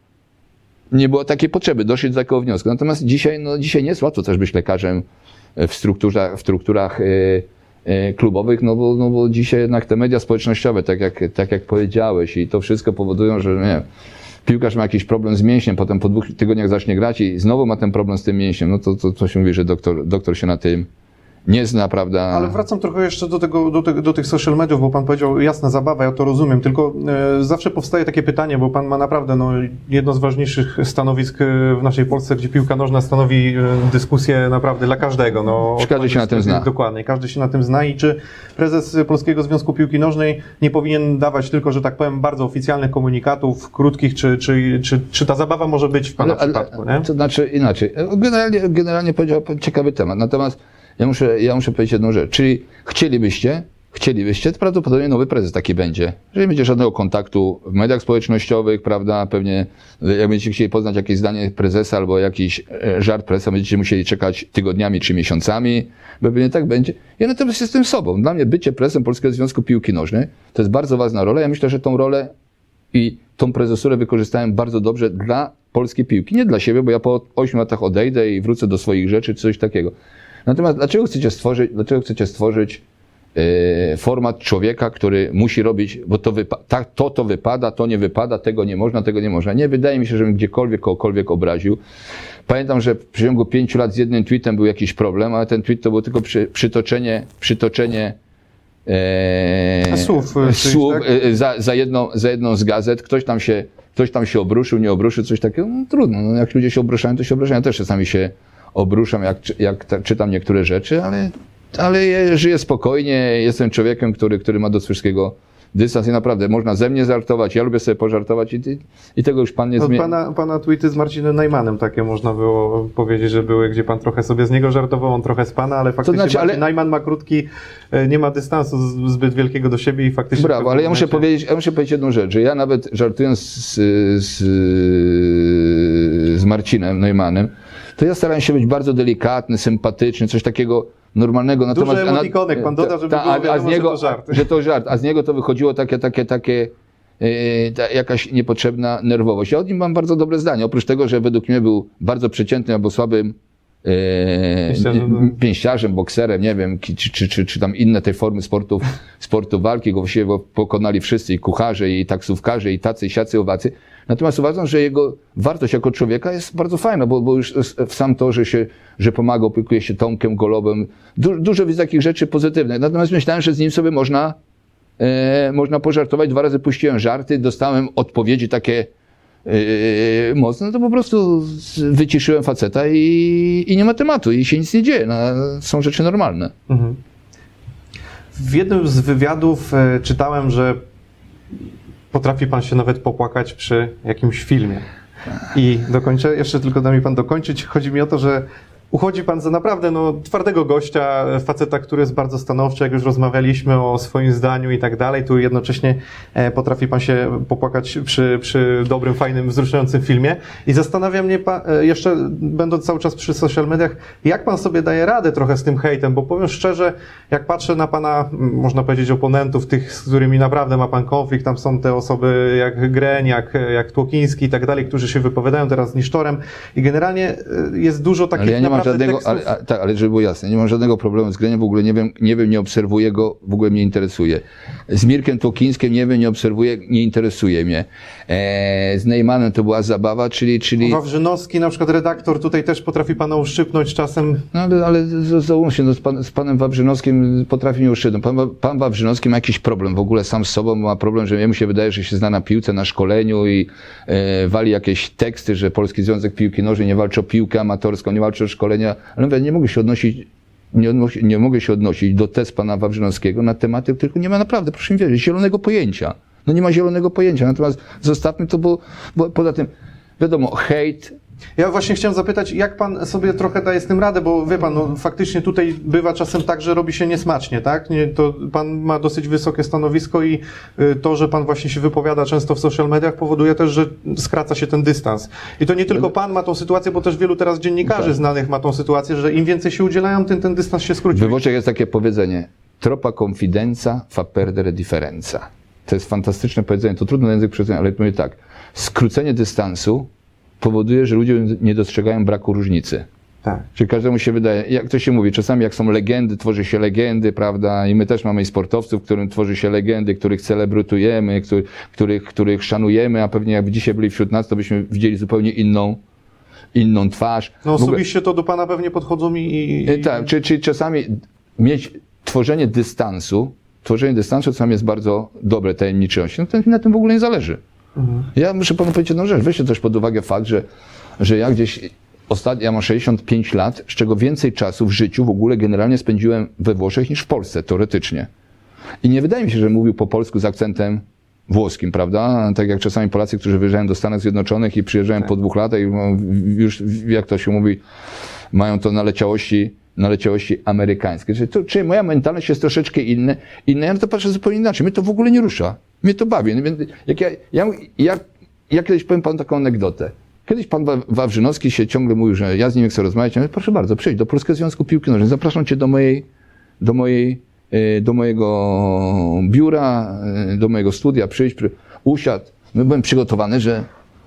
nie było takiej potrzeby, doszli do takiego wniosku. Natomiast dzisiaj, no, dzisiaj nie jest łatwo też być lekarzem w strukturach, w strukturach yy, yy, klubowych, no bo, no bo dzisiaj jednak te media społecznościowe, tak jak, tak jak powiedziałeś, i to wszystko powodują, że nie wiem, piłkarz ma jakiś problem z mięśniem, potem po dwóch tygodniach zacznie grać i znowu ma ten problem z tym mięśniem. No to, to, to się mówi, że doktor, doktor się na tym nie zna, prawda? Ale wracam trochę jeszcze do, tego, do, te, do tych social mediów, bo pan powiedział, jasna zabawa, ja to rozumiem, tylko e, zawsze powstaje takie pytanie, bo pan ma naprawdę no, jedno z ważniejszych stanowisk w naszej Polsce, gdzie piłka nożna stanowi e, dyskusję naprawdę dla każdego. No, każdy się na tym zna. Dokładnie, każdy się na tym zna i czy prezes Polskiego Związku Piłki Nożnej nie powinien dawać tylko, że tak powiem, bardzo oficjalnych komunikatów, krótkich, czy, czy, czy, czy ta zabawa może być w pana ale, przypadku, ale, nie? To znaczy inaczej. Generalnie, generalnie powiedział pan ciekawy temat, natomiast Ja muszę, ja muszę powiedzieć jedną rzecz, czyli chcielibyście, chcielibyście, to prawdopodobnie nowy prezes taki będzie. Jeżeli nie będzie żadnego kontaktu w mediach społecznościowych, prawda, pewnie jak będziecie chcieli poznać jakieś zdanie prezesa albo jakiś żart prezesa, będziecie musieli czekać tygodniami czy miesiącami, bo pewnie tak będzie. Ja natomiast jestem sobą. Dla mnie bycie prezesem Polskiego Związku Piłki Nożnej to jest bardzo ważna rola. Ja myślę, że tą rolę i tą prezesurę wykorzystałem bardzo dobrze dla polskiej piłki. Nie dla siebie, bo ja po ośmiu latach odejdę i wrócę do swoich rzeczy czy coś takiego. Natomiast dlaczego chcecie stworzyć, dlaczego chcecie stworzyć yy, format człowieka, który musi robić, bo to, wypa- ta, to to wypada, to nie wypada, tego nie można, tego nie można. Nie wydaje mi się, żebym gdziekolwiek kogokolwiek obraził. Pamiętam, że w przeciągu pięciu lat z jednym tweetem był jakiś problem, ale ten tweet to było tylko przy, przytoczenie, przytoczenie e, słów, słów tak? za, za, jedną, za jedną z gazet. Ktoś tam się, ktoś tam się obruszył, nie obruszył, coś takiego. No, trudno, no, jak ludzie się obruszają, to się obruszają. Ja też czasami się obruszam, jak, jak ta, czytam niektóre rzeczy, ale, ale ja żyję spokojnie, jestem człowiekiem, który, który ma do wszystkiego dystans i naprawdę można ze mnie żartować, ja lubię sobie pożartować i, i tego już pan nie zmieni. No, pana, pana tweety z Marcinem Najmanem takie można było powiedzieć, że były, gdzie pan trochę sobie z niego żartował, on trochę z pana, ale faktycznie to znaczy, Marcin ale... Najman ma krótki, nie ma dystansu zbyt wielkiego do siebie i faktycznie... Brawo, ale ja muszę, powiedzieć, ja muszę powiedzieć jedną rzecz, że ja nawet żartując z, z, z Marcinem Najmanem, to ja starałem się być bardzo delikatny, sympatyczny, coś takiego normalnego. Natomiast, Duży emotikonek, pan doda, żeby ta, było wiadomo, a z niego, że to żart. Że to żart, a z niego to wychodziło takie, takie, takie yy, ta, jakaś niepotrzebna nerwowość. Ja o nim mam bardzo dobre zdanie. Oprócz tego, że według mnie był bardzo przeciętnym albo słabym yy, pięściarzem, pięściarzem, bokserem, nie wiem, czy, czy, czy, czy tam inne tej formy sportów, sportu walki, go właściwie pokonali wszyscy, i kucharze, i taksówkarze, i tacy, i siacy, owacy. Natomiast uważam, że jego wartość jako człowieka jest bardzo fajna, bo, bo już w sam to, że się, że pomaga, opiekuje się Tomkiem Golobem, du, dużo jest takich rzeczy pozytywnych. Natomiast myślałem, że z nim sobie można, e, można pożartować. Dwa razy puściłem żarty, dostałem odpowiedzi takie e, mocne, no to po prostu wyciszyłem faceta i, i nie ma tematu i się nic nie dzieje. No, są rzeczy normalne. Mhm. W jednym z wywiadów e, czytałem, że potrafi pan się nawet popłakać przy jakimś filmie. I dokończę, jeszcze tylko da mi pan dokończyć. Chodzi mi o to, że uchodzi pan za naprawdę no, twardego gościa, faceta, który jest bardzo stanowczy, jak już rozmawialiśmy o swoim zdaniu i tak dalej. Tu jednocześnie e, potrafi pan się popłakać przy, przy dobrym, fajnym, wzruszającym filmie. I zastanawia mnie pan, e, jeszcze będąc cały czas przy social mediach, jak pan sobie daje radę trochę z tym hejtem, bo powiem szczerze, jak patrzę na pana, można powiedzieć, oponentów, tych, z którymi naprawdę ma pan konflikt, tam są te osoby jak Greń, jak, jak Tłokiński i tak dalej, którzy się wypowiadają teraz z Nisztorem i generalnie e, jest dużo takich ale ja nie mam żadnego, tekstów... ale, a, tak, ale żeby było jasne, nie mam żadnego problemu z Greniem, w ogóle nie wiem, nie wiem, nie obserwuję go, w ogóle mnie interesuje. Z Mirkiem Tłokińskim nie wiem, nie obserwuję, nie interesuje mnie. E, z Neymanem to była zabawa, czyli... czyli... Wawrzynowski, na przykład redaktor, tutaj też potrafi pana uszczypnąć czasem. No ale, ale załóżmy, no, z, pan, z panem Wawrzynowskim potrafi mnie uszczypnąć. Pan, pan Wawrzynowski ma jakiś problem w ogóle sam z sobą, ma problem, że jemu się wydaje, że się zna na piłce, na szkoleniu i e, wali jakieś teksty, że Polski Związek Piłki Nożnej nie walczy o piłkę amatorską, nie walczy o szkolenia, ale mówię, nie mogę się odnosić, nie, odnosi, nie mogę się odnosić do tez pana Wawrzynowskiego na tematy, których nie ma naprawdę, proszę mi wierzyć, zielonego pojęcia. No nie ma zielonego pojęcia, natomiast zostawmy to, bo, bo poza tym, wiadomo, hejt. Ja właśnie chciałem zapytać, jak pan sobie trochę daje z tym radę, bo wie pan, no faktycznie tutaj bywa czasem tak, że robi się niesmacznie, tak? Nie, to pan ma dosyć wysokie stanowisko i to, że pan właśnie się wypowiada często w social mediach, powoduje też, że skraca się ten dystans. I to nie tylko pan ma tą sytuację, bo też wielu teraz dziennikarzy tak. znanych ma tą sytuację, że im więcej się udzielają, tym ten dystans się skróci. We Włoszech jest takie powiedzenie, tropa confidenza fa perdere differenza. To jest fantastyczne powiedzenie, to trudno na język przeczytać, ale mówię tak, skrócenie dystansu powoduje, że ludzie nie dostrzegają braku różnicy. Tak. Czyli każdemu się wydaje, jak to się mówi, czasami jak są legendy, tworzy się legendy, prawda, i my też mamy i sportowców, którym tworzy się legendy, których celebrytujemy, których, których, których szanujemy, a pewnie jakby dzisiaj byli wśród nas, to byśmy widzieli zupełnie inną, inną twarz. No osobiście to do pana pewnie podchodzą i... i... Tak, czyli, czyli czasami mieć tworzenie dystansu, tworzenie dystansu czasami jest bardzo dobre, tajemniczej. No to na tym w ogóle nie zależy. Mhm. Ja muszę panu powiedzieć jedną rzecz. Weźcie też pod uwagę fakt, że, że ja gdzieś ostatnio, ja mam sześćdziesiąt pięć lat, z czego więcej czasu w życiu w ogóle generalnie spędziłem we Włoszech niż w Polsce, teoretycznie. I nie wydaje mi się, że mówił po polsku z akcentem włoskim, prawda? Tak jak czasami Polacy, którzy wyjeżdżają do Stanów Zjednoczonych i przyjeżdżają tak. po dwóch latach i już, jak to się mówi, mają to naleciałości naleciałości amerykańskie. Czyli, to, czyli moja mentalność jest troszeczkę inna, inna, ja na to patrzę zupełnie inaczej. Mnie to w ogóle nie rusza. Mnie to bawi. Jak ja, ja, ja, ja kiedyś powiem panu taką anegdotę. Kiedyś pan Wawrzynowski się ciągle mówił, że ja z nim chcę rozmawiać. Ja mówię, proszę bardzo, przyjdź do Polskiego Związku Piłki Nożnej. Zapraszam cię do mojej, do mojej, do mojego biura, do mojego studia. Przyjdź, usiadł. No, byłem przygotowany, że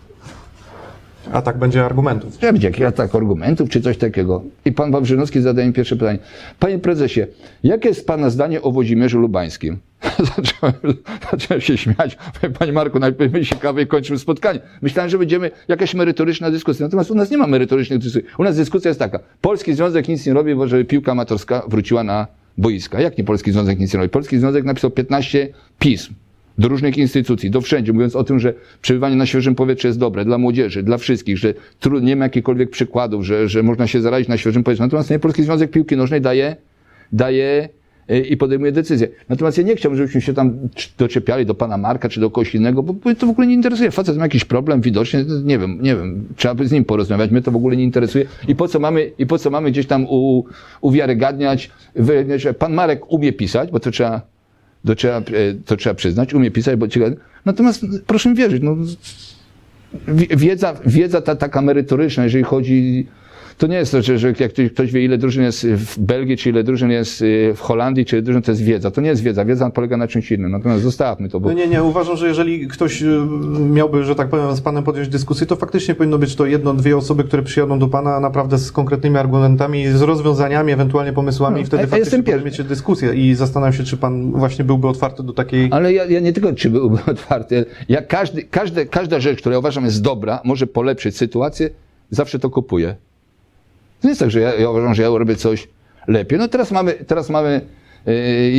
atak będzie argumentów. Trzeba być jakiś atak argumentów, czy coś takiego. I pan Wawrzynowski zadaje mi pierwsze pytanie. Panie prezesie, jakie jest pana zdanie o Włodzimierzu Lubańskim? zacząłem, zacząłem się śmiać. Panie Marku, najpierw my się kawy i kończymy spotkanie. Myślałem, że będziemy jakaś merytoryczna dyskusja. Natomiast u nas nie ma merytorycznych dyskusji. U nas dyskusja jest taka. Polski Związek nic nie robi, bo żeby piłka amatorska wróciła na boiska. Jak nie Polski Związek nic nie robi? Polski Związek napisał piętnaście pism do różnych instytucji, do wszędzie, mówiąc o tym, że przebywanie na świeżym powietrzu jest dobre dla młodzieży, dla wszystkich, że trud, nie ma jakichkolwiek przykładów, że, że można się zarazić na świeżym powietrzu. Natomiast nie, Polski Związek Piłki Nożnej daje, daje i podejmuje decyzje. Natomiast ja nie chciałbym, żebyśmy się tam doczepiali do pana Marka czy do kogoś innego, bo to w ogóle nie interesuje. Facet ma jakiś problem widocznie, nie wiem, nie wiem, trzeba by z nim porozmawiać, mnie to w ogóle nie interesuje. I po co mamy, i po co mamy gdzieś tam u, uwiarygadniać, że pan Marek umie pisać, bo to trzeba To trzeba, to trzeba przyznać, umie pisać, bo ciekawe. Natomiast proszę mi wierzyć, no, wiedza, wiedza ta taka merytoryczna, jeżeli chodzi To nie jest to, że, że jak ktoś wie, ile drużyn jest w Belgii, czy ile drużyn jest w Holandii, czy ile drużyn to jest wiedza. To nie jest wiedza. Wiedza polega na czymś innym. Natomiast zostawmy to. Bo... No nie, nie. Uważam, że jeżeli ktoś miałby, że tak powiem, z panem podjąć dyskusję, to faktycznie powinno być to jedno, dwie osoby, które przyjadą do pana naprawdę z konkretnymi argumentami, z rozwiązaniami, ewentualnie pomysłami no, i wtedy a, faktycznie a podejmiecie dyskusję. I zastanawiam się, czy pan właśnie byłby otwarty do takiej... Ale ja, ja nie tylko, czy byłby otwarty. Ja każdy, każde, każda rzecz, która ja uważam jest dobra, może polepszyć sytuację, zawsze to kupuję. To nie jest tak, że ja, ja uważam, że ja robię coś lepiej. No teraz mamy, teraz mamy yy,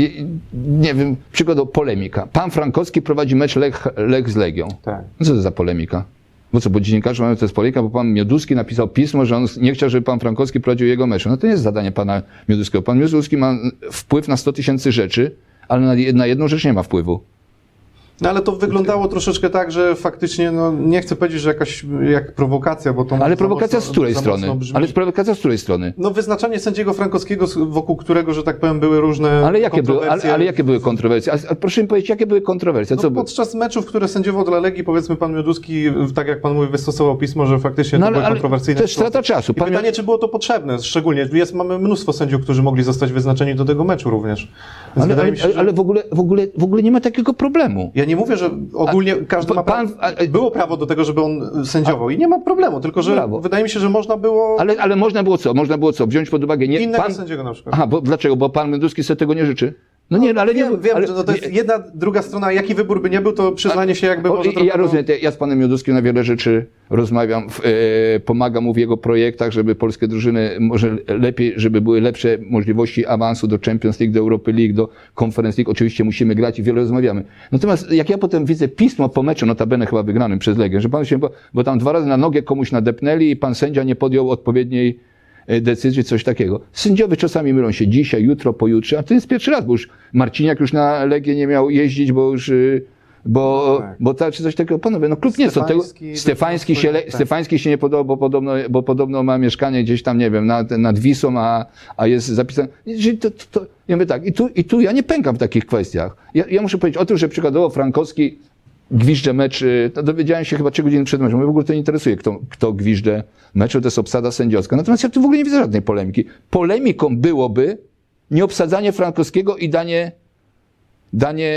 nie wiem, przykładowo polemika. Pan Frankowski prowadzi mecz Lech, Lech z Legią. Tak. No co to za polemika? Bo co, bo dziennikarze mają to jest polemika, bo pan Mioduski napisał pismo, że on nie chciał, żeby pan Frankowski prowadził jego mecz. No to nie jest zadanie pana Mioduskiego. Pan Mioduski ma wpływ na sto tysięcy rzeczy, ale na, na jedną rzecz nie ma wpływu. No ale to wyglądało troszeczkę tak, że faktycznie, no nie chcę powiedzieć, że jakaś jak prowokacja, bo to... Ale prowokacja mocno, z której strony? Ale prowokacja z której strony? No wyznaczanie sędziego Frankowskiego, wokół którego, że tak powiem, były różne ale jakie kontrowersje. Były, ale, ale jakie były kontrowersje? A, a proszę mi powiedzieć, jakie były kontrowersje? Co no, podczas meczów, które sędziował dla Legii, powiedzmy pan Mioduski, tak jak pan mówi, wystosował pismo, że faktycznie no, ale, to były kontrowersyjne. To jest strata czasu. Pan... pytanie, czy było to potrzebne, szczególnie. Jest, mamy mnóstwo sędziów, którzy mogli zostać wyznaczeni do tego meczu również. Ale, ale, się, że... ale w, ogóle, w, ogóle, w ogóle nie ma takiego problemu. Ja nie mówię, że ogólnie każdy ma prawo, było prawo do tego, żeby on sędziował i nie ma problemu, tylko że brawo. Wydaje mi się, że można było... Ale, ale można było co? Można było co? Wziąć pod uwagę... Nie, innego pan... sędziego na przykład. Aha, bo dlaczego? Bo pan Mioduski sobie tego nie życzy? No nie, no, ale wiem, nie... Wiem, ale, że no to jest jedna, druga strona, jaki wybór by nie był, to przyznanie się jakby... O, może i, ja rozumiem, ja z panem Mioduskim na wiele rzeczy rozmawiam, w, e, pomagam mu w jego projektach, żeby polskie drużyny może lepiej, żeby były lepsze możliwości awansu do Champions League, do Europy League, do Conference League. Oczywiście musimy grać i wiele rozmawiamy. Natomiast jak ja potem widzę pismo po meczu, notabene chyba wygranym przez Legię, że pan się, bo, bo tam dwa razy na nogę komuś nadepnęli i pan sędzia nie podjął odpowiedniej decyzji, coś takiego. Sędziowie czasami mylą się dzisiaj, jutro, pojutrze, a to jest pierwszy raz, bo już Marciniak już na Legię nie miał jeździć, bo już, bo, no tak. bo ta, czy coś takiego, panowie, no klub nie są tego. Stefański się, tak. Stefański się nie podobał, bo podobno, bo podobno ma mieszkanie gdzieś tam, nie wiem, nad, nad Wisłą, a, a jest zapisane. To, to, to, ja mówię tak, i tu, i tu ja nie pękam w takich kwestiach. Ja, ja muszę powiedzieć o tym, że przykładowo Frankowski gwizdże mecz, to dowiedziałem się chyba trzy godziny przed meczem. Mnie w ogóle to nie interesuje, kto, kto gwizdże meczu, to jest obsada sędziowska. Natomiast ja tu w ogóle nie widzę żadnej polemiki. Polemiką byłoby nieobsadzanie Frankowskiego i danie, danie,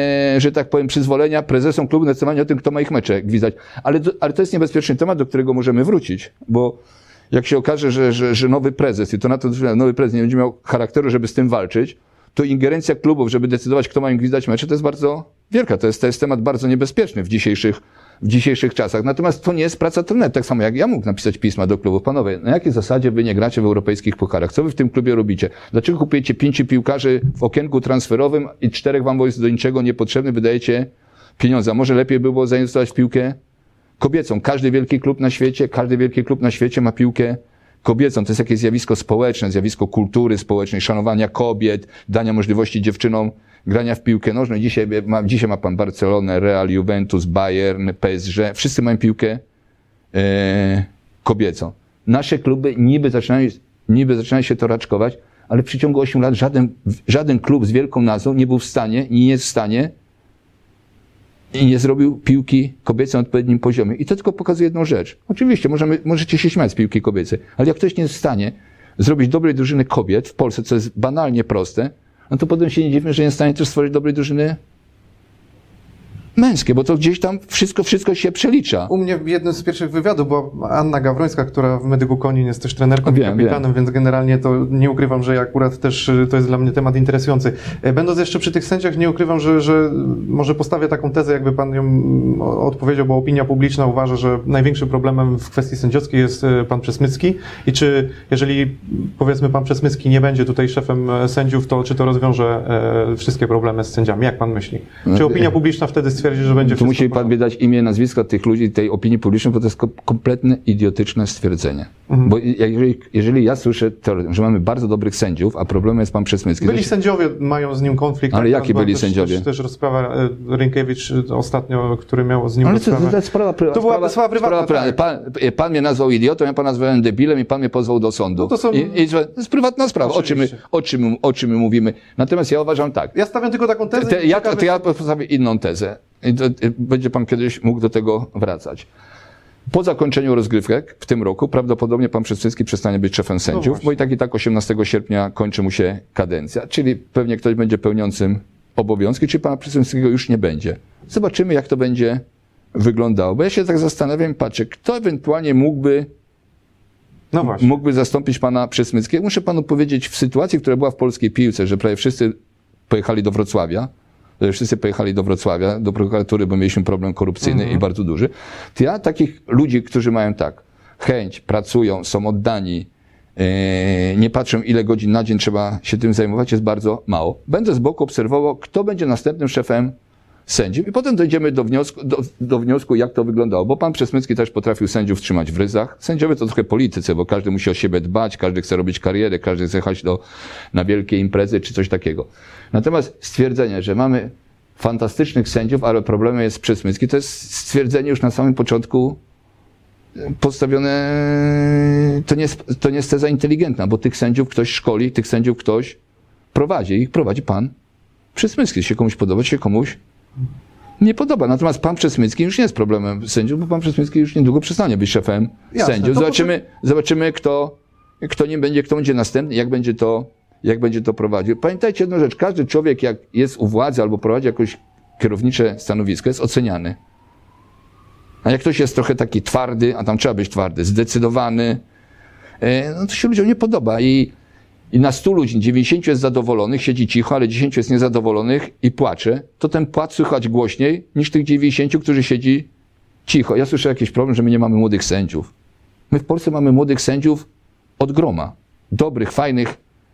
że tak powiem, przyzwolenia prezesom klubu na decydowanie o tym, kto ma ich mecze gwizdać. Ale, ale to jest niebezpieczny temat, do którego możemy wrócić, bo jak się okaże, że, że, że nowy prezes, i to na to nowy prezes nie będzie miał charakteru, żeby z tym walczyć, to ingerencja klubów, żeby decydować, kto ma im gwizdać mecze, to jest bardzo wielka. To jest, to jest temat bardzo niebezpieczny w dzisiejszych, w dzisiejszych czasach. Natomiast to nie jest praca trenera. Tak samo jak ja mógł napisać pisma do klubów. Panowie, na jakiej zasadzie wy nie gracie w europejskich pucharach? Co wy w tym klubie robicie? Dlaczego kupujecie pięciu piłkarzy w okienku transferowym i czterech wam jest do niczego niepotrzebny, wydajecie pieniądze? A może lepiej by było zainwestować w piłkę kobiecą? Każdy wielki klub na świecie, każdy wielki klub na świecie ma piłkę kobiecą. To jest jakieś zjawisko społeczne, zjawisko kultury społecznej, szanowania kobiet, dania możliwości dziewczynom grania w piłkę nożną. Dzisiaj ma, dzisiaj ma pan Barcelonę, Real, Juventus, Bayern, P S G. Wszyscy mają piłkę e, kobiecą. Nasze kluby niby zaczynają, niby zaczynają się to raczkować, ale w przeciągu ośmiu lat żaden, żaden klub z wielką nazwą nie był w stanie, nie jest w stanie i nie zrobił piłki kobiecej na odpowiednim poziomie. I to tylko pokazuje jedną rzecz. Oczywiście, możemy, możecie się śmiać z piłki kobiecej, ale jak ktoś nie jest w stanie zrobić dobrej drużyny kobiet w Polsce, co jest banalnie proste, no to potem się nie dziwmy, że nie jest w stanie też stworzyć dobrej drużyny męskie, bo to gdzieś tam wszystko, wszystko się przelicza. U mnie w jednym z pierwszych wywiadów była Anna Gawrońska, która w Medyku Konin jest też trenerką wiem, i kapitanem, wiem. Więc generalnie to nie ukrywam, że akurat też to jest dla mnie temat interesujący. Będąc jeszcze przy tych sędziach, nie ukrywam, że, że może postawię taką tezę, jakby pan ją odpowiedział, bo opinia publiczna uważa, że największym problemem w kwestii sędziowskiej jest pan Przesmycki i czy jeżeli powiedzmy pan Przesmycki nie będzie tutaj szefem sędziów, to czy to rozwiąże wszystkie problemy z sędziami? Jak pan myśli? Czy opinia publiczna wtedy stwierdzi, że będzie tu musi pan mi dać imię, nazwisko tych ludzi, tej opinii publicznej, bo to jest kompletne, idiotyczne stwierdzenie. Mhm. Bo jeżeli, jeżeli ja słyszę teoretycznie, że mamy bardzo dobrych sędziów, a problemem jest pan Przesmycki. Byli to... sędziowie mają z nim konflikt. Ale jaki byli też, sędziowie? Też, też rozprawa Rynkiewicz ostatnio, który miał z nim Ale rozprawę. to, to jest sprawa prywatna. To była sprawa prywatna. Sprawa, tak. pan, pan mnie nazwał idiotą, ja pana nazwałem debilem i pan mnie pozwał do sądu. No to, są... I, i, to jest prywatna sprawa, o czym, my, o, czym, o czym my mówimy. Natomiast ja uważam tak. Ja stawiam tylko taką tezę. Te, ja, to ja postawię inną tezę. I to, będzie pan kiedyś mógł do tego wracać. Po zakończeniu rozgrywek w tym roku prawdopodobnie pan Przesmycki przestanie być szefem sędziów, właśnie. bo i tak i tak osiemnastego sierpnia kończy mu się kadencja, czyli pewnie ktoś będzie pełniącym obowiązki, czy pana Przesmyckiego już nie będzie. Zobaczymy, jak to będzie wyglądało. Bo ja się tak zastanawiam, patrzę, kto ewentualnie mógłby, No właśnie. mógłby zastąpić pana Przesmyckiego. Muszę panu powiedzieć, w sytuacji, która była w polskiej piłce, że prawie wszyscy pojechali do Wrocławia, że wszyscy pojechali do Wrocławia, do prokuratury, bo mieliśmy problem korupcyjny Mhm. i bardzo duży, to ja takich ludzi, którzy mają tak, chęć, pracują, są oddani, yy, nie patrzą, ile godzin na dzień trzeba się tym zajmować, jest bardzo mało. Będę z boku obserwował, kto będzie następnym szefem sędziów i potem dojdziemy do wniosku, do, do wniosku, jak to wyglądało, bo pan Przesmycki też potrafił sędziów trzymać w ryzach. Sędziowie to trochę politycy, bo każdy musi o siebie dbać, każdy chce robić karierę, każdy chce jechać do, na wielkie imprezy czy coś takiego. Natomiast stwierdzenie, że mamy fantastycznych sędziów, ale problemem jest Przesmycki, to jest stwierdzenie już na samym początku postawione, to nie jest, to nie jest teza inteligentna, bo tych sędziów ktoś szkoli, tych sędziów ktoś prowadzi. Ich prowadzi pan Przesmycki. Się komuś podoba, się komuś nie podoba. Natomiast pan Przesmycki już nie jest problemem sędziów, bo pan Przesmycki już niedługo przestanie być szefem Jasne, sędziów. to Zobaczymy, zobaczymy kto, kto nim będzie, kto będzie następny, jak będzie to, jak będzie to prowadził. Pamiętajcie jedną rzecz, każdy człowiek, jak jest u władzy albo prowadzi jakoś kierownicze stanowisko, jest oceniany. A jak ktoś jest trochę taki twardy, a tam trzeba być twardy, zdecydowany, no to się ludziom nie podoba. I, i na stu ludzi dziewięćdziesięciu jest zadowolonych, siedzi cicho, ale dziesięciu jest niezadowolonych i płacze, to ten płacz słychać głośniej niż tych dziewięćdziesięciu, którzy siedzi cicho. Ja słyszę jakiś problem, że my nie mamy młodych sędziów. My w Polsce mamy młodych sędziów od groma. Dobrych, fajnych,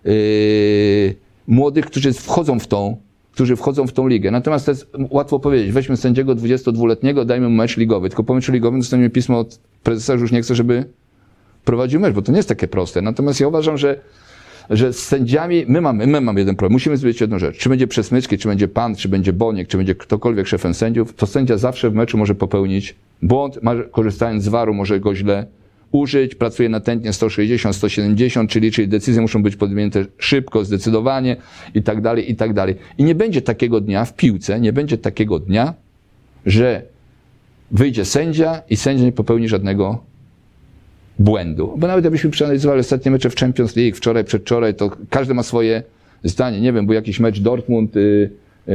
yy, młodych, którzy wchodzą w tą którzy wchodzą w tą ligę. Natomiast to jest łatwo powiedzieć, weźmy sędziego dwudziestodwuletniego, dajmy mu mecz ligowy, tylko po meczu ligowym dostaniemy pismo od prezesa, że już nie chce, żeby prowadził mecz, bo to nie jest takie proste. Natomiast ja uważam, że, że z sędziami my mamy, my mamy jeden problem. Musimy zrobić jedną rzecz. Czy będzie Przesmycki, czy będzie pan, czy będzie Boniek, czy będzie ktokolwiek szefem sędziów, to sędzia zawsze w meczu może popełnić błąd, korzystając z waru może go źle użyć, pracuje na tętnie sto sześćdziesiąt, sto siedemdziesiąt, czyli, czyli decyzje muszą być podjęte szybko, zdecydowanie i tak dalej, i tak dalej. I nie będzie takiego dnia w piłce, nie będzie takiego dnia, że wyjdzie sędzia i sędzia nie popełni żadnego błędu. Bo nawet jakbyśmy przeanalizowali ostatnie mecze w Champions League, wczoraj, przedwczoraj, to każdy ma swoje zdanie. Nie wiem, był jakiś mecz Dortmund, yy,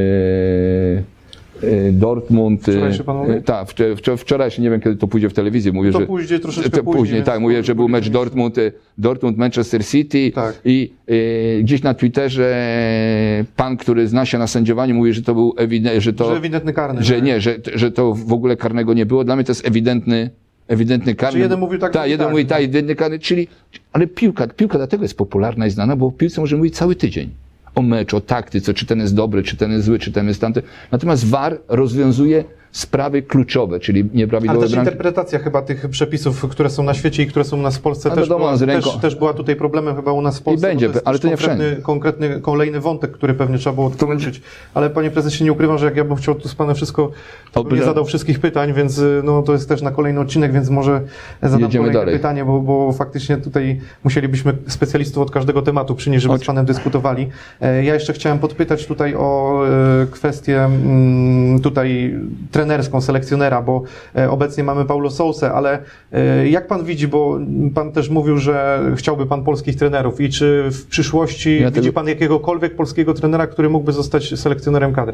yy, Dortmund. Wczorajszy pan mówi? Tak, wczor- wczorajszy, nie wiem kiedy to pójdzie w telewizji. Mówię, To że, później, troszeczkę to później, później. Tak, więc mówię, że był mecz później. Dortmund, Dortmund Manchester City Tak. i y, gdzieś na Twitterze pan, który zna się na sędziowaniu, mówi, że to był ewidentny, że to... Że ewidentny karny. Że nie, że, że to w ogóle karnego nie było. Dla mnie to jest ewidentny, ewidentny karny. Czy jeden mówił tak, Tak, drugi jeden tak. mówi tak, ewidentny karny, czyli... Ale piłka, piłka dlatego jest popularna i znana, bo w piłce może mówić cały tydzień. O meczu, o taktyce, czy ten jest dobry, czy ten jest zły, czy ten jest tamty. Natomiast V A R rozwiązuje sprawy kluczowe, czyli Ale nieprawidłowe też bramki. interpretacja chyba tych przepisów, które są na świecie i które są u nas w Polsce, A też, wiadomo, była, z ręką- też, też była tutaj problemem chyba u nas w Polsce. I będzie, bo to jest ale też to nie konkretny, wszędzie. konkretny, kolejny wątek, który pewnie trzeba było odkończyć. Ale panie prezesie, nie ukrywam, że jak ja bym chciał tu z panem wszystko, to bym nie Obra- zadał wszystkich pytań, więc no, to jest też na kolejny odcinek, więc może zadam Jedziemy kolejne dalej. pytanie, bo, bo faktycznie tutaj musielibyśmy specjalistów od każdego tematu przynieść, żeby z panem dyskutowali. E, Ja jeszcze chciałem podpytać tutaj o e, kwestię mm, tutaj trenerską, selekcjonera, bo e, obecnie mamy Paulo Sousę, ale e, jak pan widzi, bo pan też mówił, że chciałby pan polskich trenerów i czy w przyszłości Ja widzi tego- pan jakiegokolwiek polskiego trenera, który mógłby zostać selekcjonerem kadry?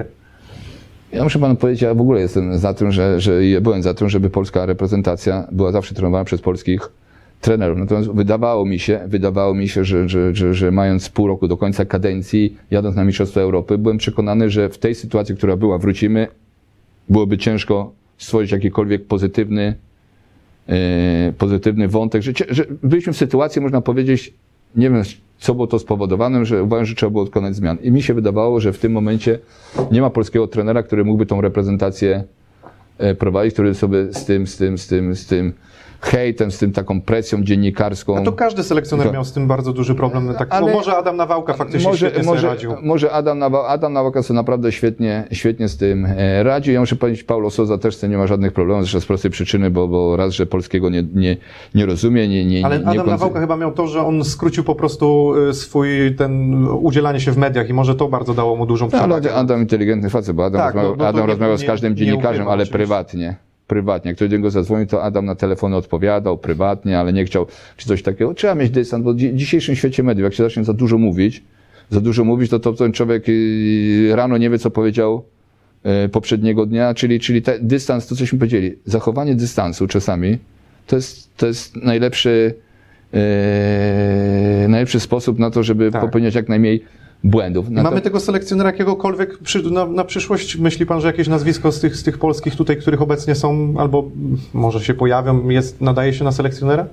Ja muszę panu powiedzieć, ja w ogóle jestem za tym, że, że ja byłem za tym, żeby polska reprezentacja była zawsze trenowana przez polskich trenerów. Natomiast wydawało mi się, wydawało mi się, że, że, że, że mając pół roku do końca kadencji, jadąc na Mistrzostwa Europy, byłem przekonany, że w tej sytuacji, która była, wrócimy, byłoby ciężko stworzyć jakikolwiek pozytywny, e, pozytywny wątek, że, cie- że byliśmy w sytuacji, można powiedzieć, nie wiem, co było to spowodowane, że uważam, że trzeba było dokonać zmian. I mi się wydawało, że w tym momencie nie ma polskiego trenera, który mógłby tą reprezentację e, prowadzić, który sobie z tym, z tym, z tym, z tym hejtem, z tym taką presją dziennikarską. A to każdy selekcjoner To- miał z tym bardzo duży problem. Tak, Ale- bo może Adam Nawałka faktycznie Może, świetnie sobie może, radził. może Adam, Nawa, Adam Nawałka sobie naprawdę świetnie, świetnie z tym e, radził. Ja muszę powiedzieć, Paulo Sousa też z tym nie ma żadnych problemów, zresztą z prostej przyczyny, bo, bo raz, że polskiego nie, nie, nie rozumie, nie, nie, Ale nie, nie Adam koncy- Nawałka chyba miał to, że on skrócił po prostu y, swój ten udzielanie się w mediach i może to bardzo dało mu dużą No, ale przewagę. Adam inteligentny facet, bo Adam, Tak, rozmawiał, no, no to Adam nie- rozmawiał z nie- każdym nie dziennikarzem, ukrywam ale oczywiście. prywatnie. prywatnie. Jak ktoś do niego zadzwonił, to Adam na telefony odpowiadał prywatnie, ale nie chciał, czy coś takiego. Trzeba mieć dystans, bo w dzisiejszym świecie mediów, jak się zacznie za dużo mówić, za dużo mówić, to, to ten człowiek rano nie wie, co powiedział poprzedniego dnia, czyli, czyli ten dystans, to cośmy powiedzieli, zachowanie dystansu czasami, to jest, to jest najlepszy, e, najlepszy sposób na to, żeby tak. popełniać jak najmniej błędów. Na Mamy to... tego selekcjonera jakiegokolwiek przy, na, na przyszłość? Myśli pan, że jakieś nazwisko z tych, z tych polskich tutaj, których obecnie są, albo może się pojawią, jest, nadaje się na selekcjonera?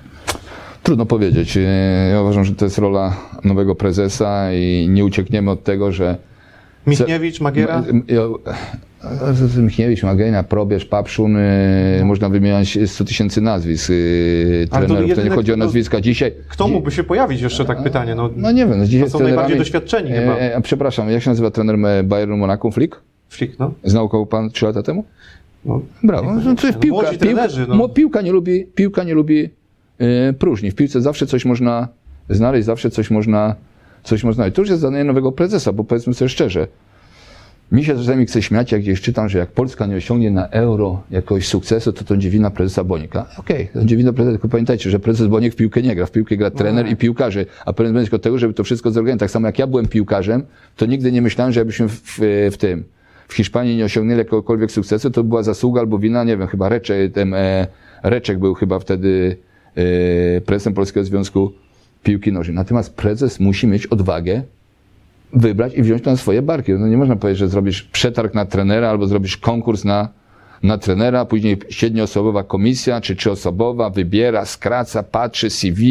Trudno powiedzieć. Ja uważam, że to jest rola nowego prezesa i nie uciekniemy od tego, że Michniewicz, Magiera? Michniewicz, Magiera, Probierz, Papszun, no. Można wymieniać sto tysięcy nazwisk yy, trenerów, to nie chodzi o nazwiska. Dzisiaj... Kto mógłby się pojawić jeszcze, tak pytanie? No, no nie wiem. No dzisiaj to są najbardziej doświadczeni e, chyba. E, przepraszam, jak się nazywa trener Bayernu Monachium? Flick? Flick, no. Znał go pan trzy lata temu? No, brawo. No, to jest piłka, piłka, trenerzy, no. piłka nie lubi, piłka nie lubi yy, próżni. W piłce zawsze coś można znaleźć, zawsze coś można coś można. I to już jest zadanie nowego prezesa, bo powiedzmy sobie szczerze, mi się czasami chce śmiać, jak gdzieś czytam, że jak Polska nie osiągnie na euro jakiegoś sukcesu, to to będzie wina prezesa Bonika. Okej, okay, to będzie wina prezesa, tylko pamiętajcie, że prezes Bonik w piłkę nie gra. W piłkę gra trener no. i piłkarze, a prezes będzie tylko tego, żeby to wszystko zorganizować. Tak samo jak ja byłem piłkarzem, to nigdy nie myślałem, że jakbyśmy w, w, w tym, w Hiszpanii nie osiągnęli jakiegokolwiek sukcesu, to była zasługa albo wina, nie wiem, chyba Reczek, ten, e, Reczek był chyba wtedy e, prezesem Polskiego Związku Piłki Nożnej. Natomiast prezes musi mieć odwagę wybrać i wziąć to na swoje barki. No nie można powiedzieć, że zrobisz przetarg na trenera albo zrobisz konkurs na, na trenera, później siedmioosobowa komisja czy trzyosobowa wybiera, skraca, patrzy, C V.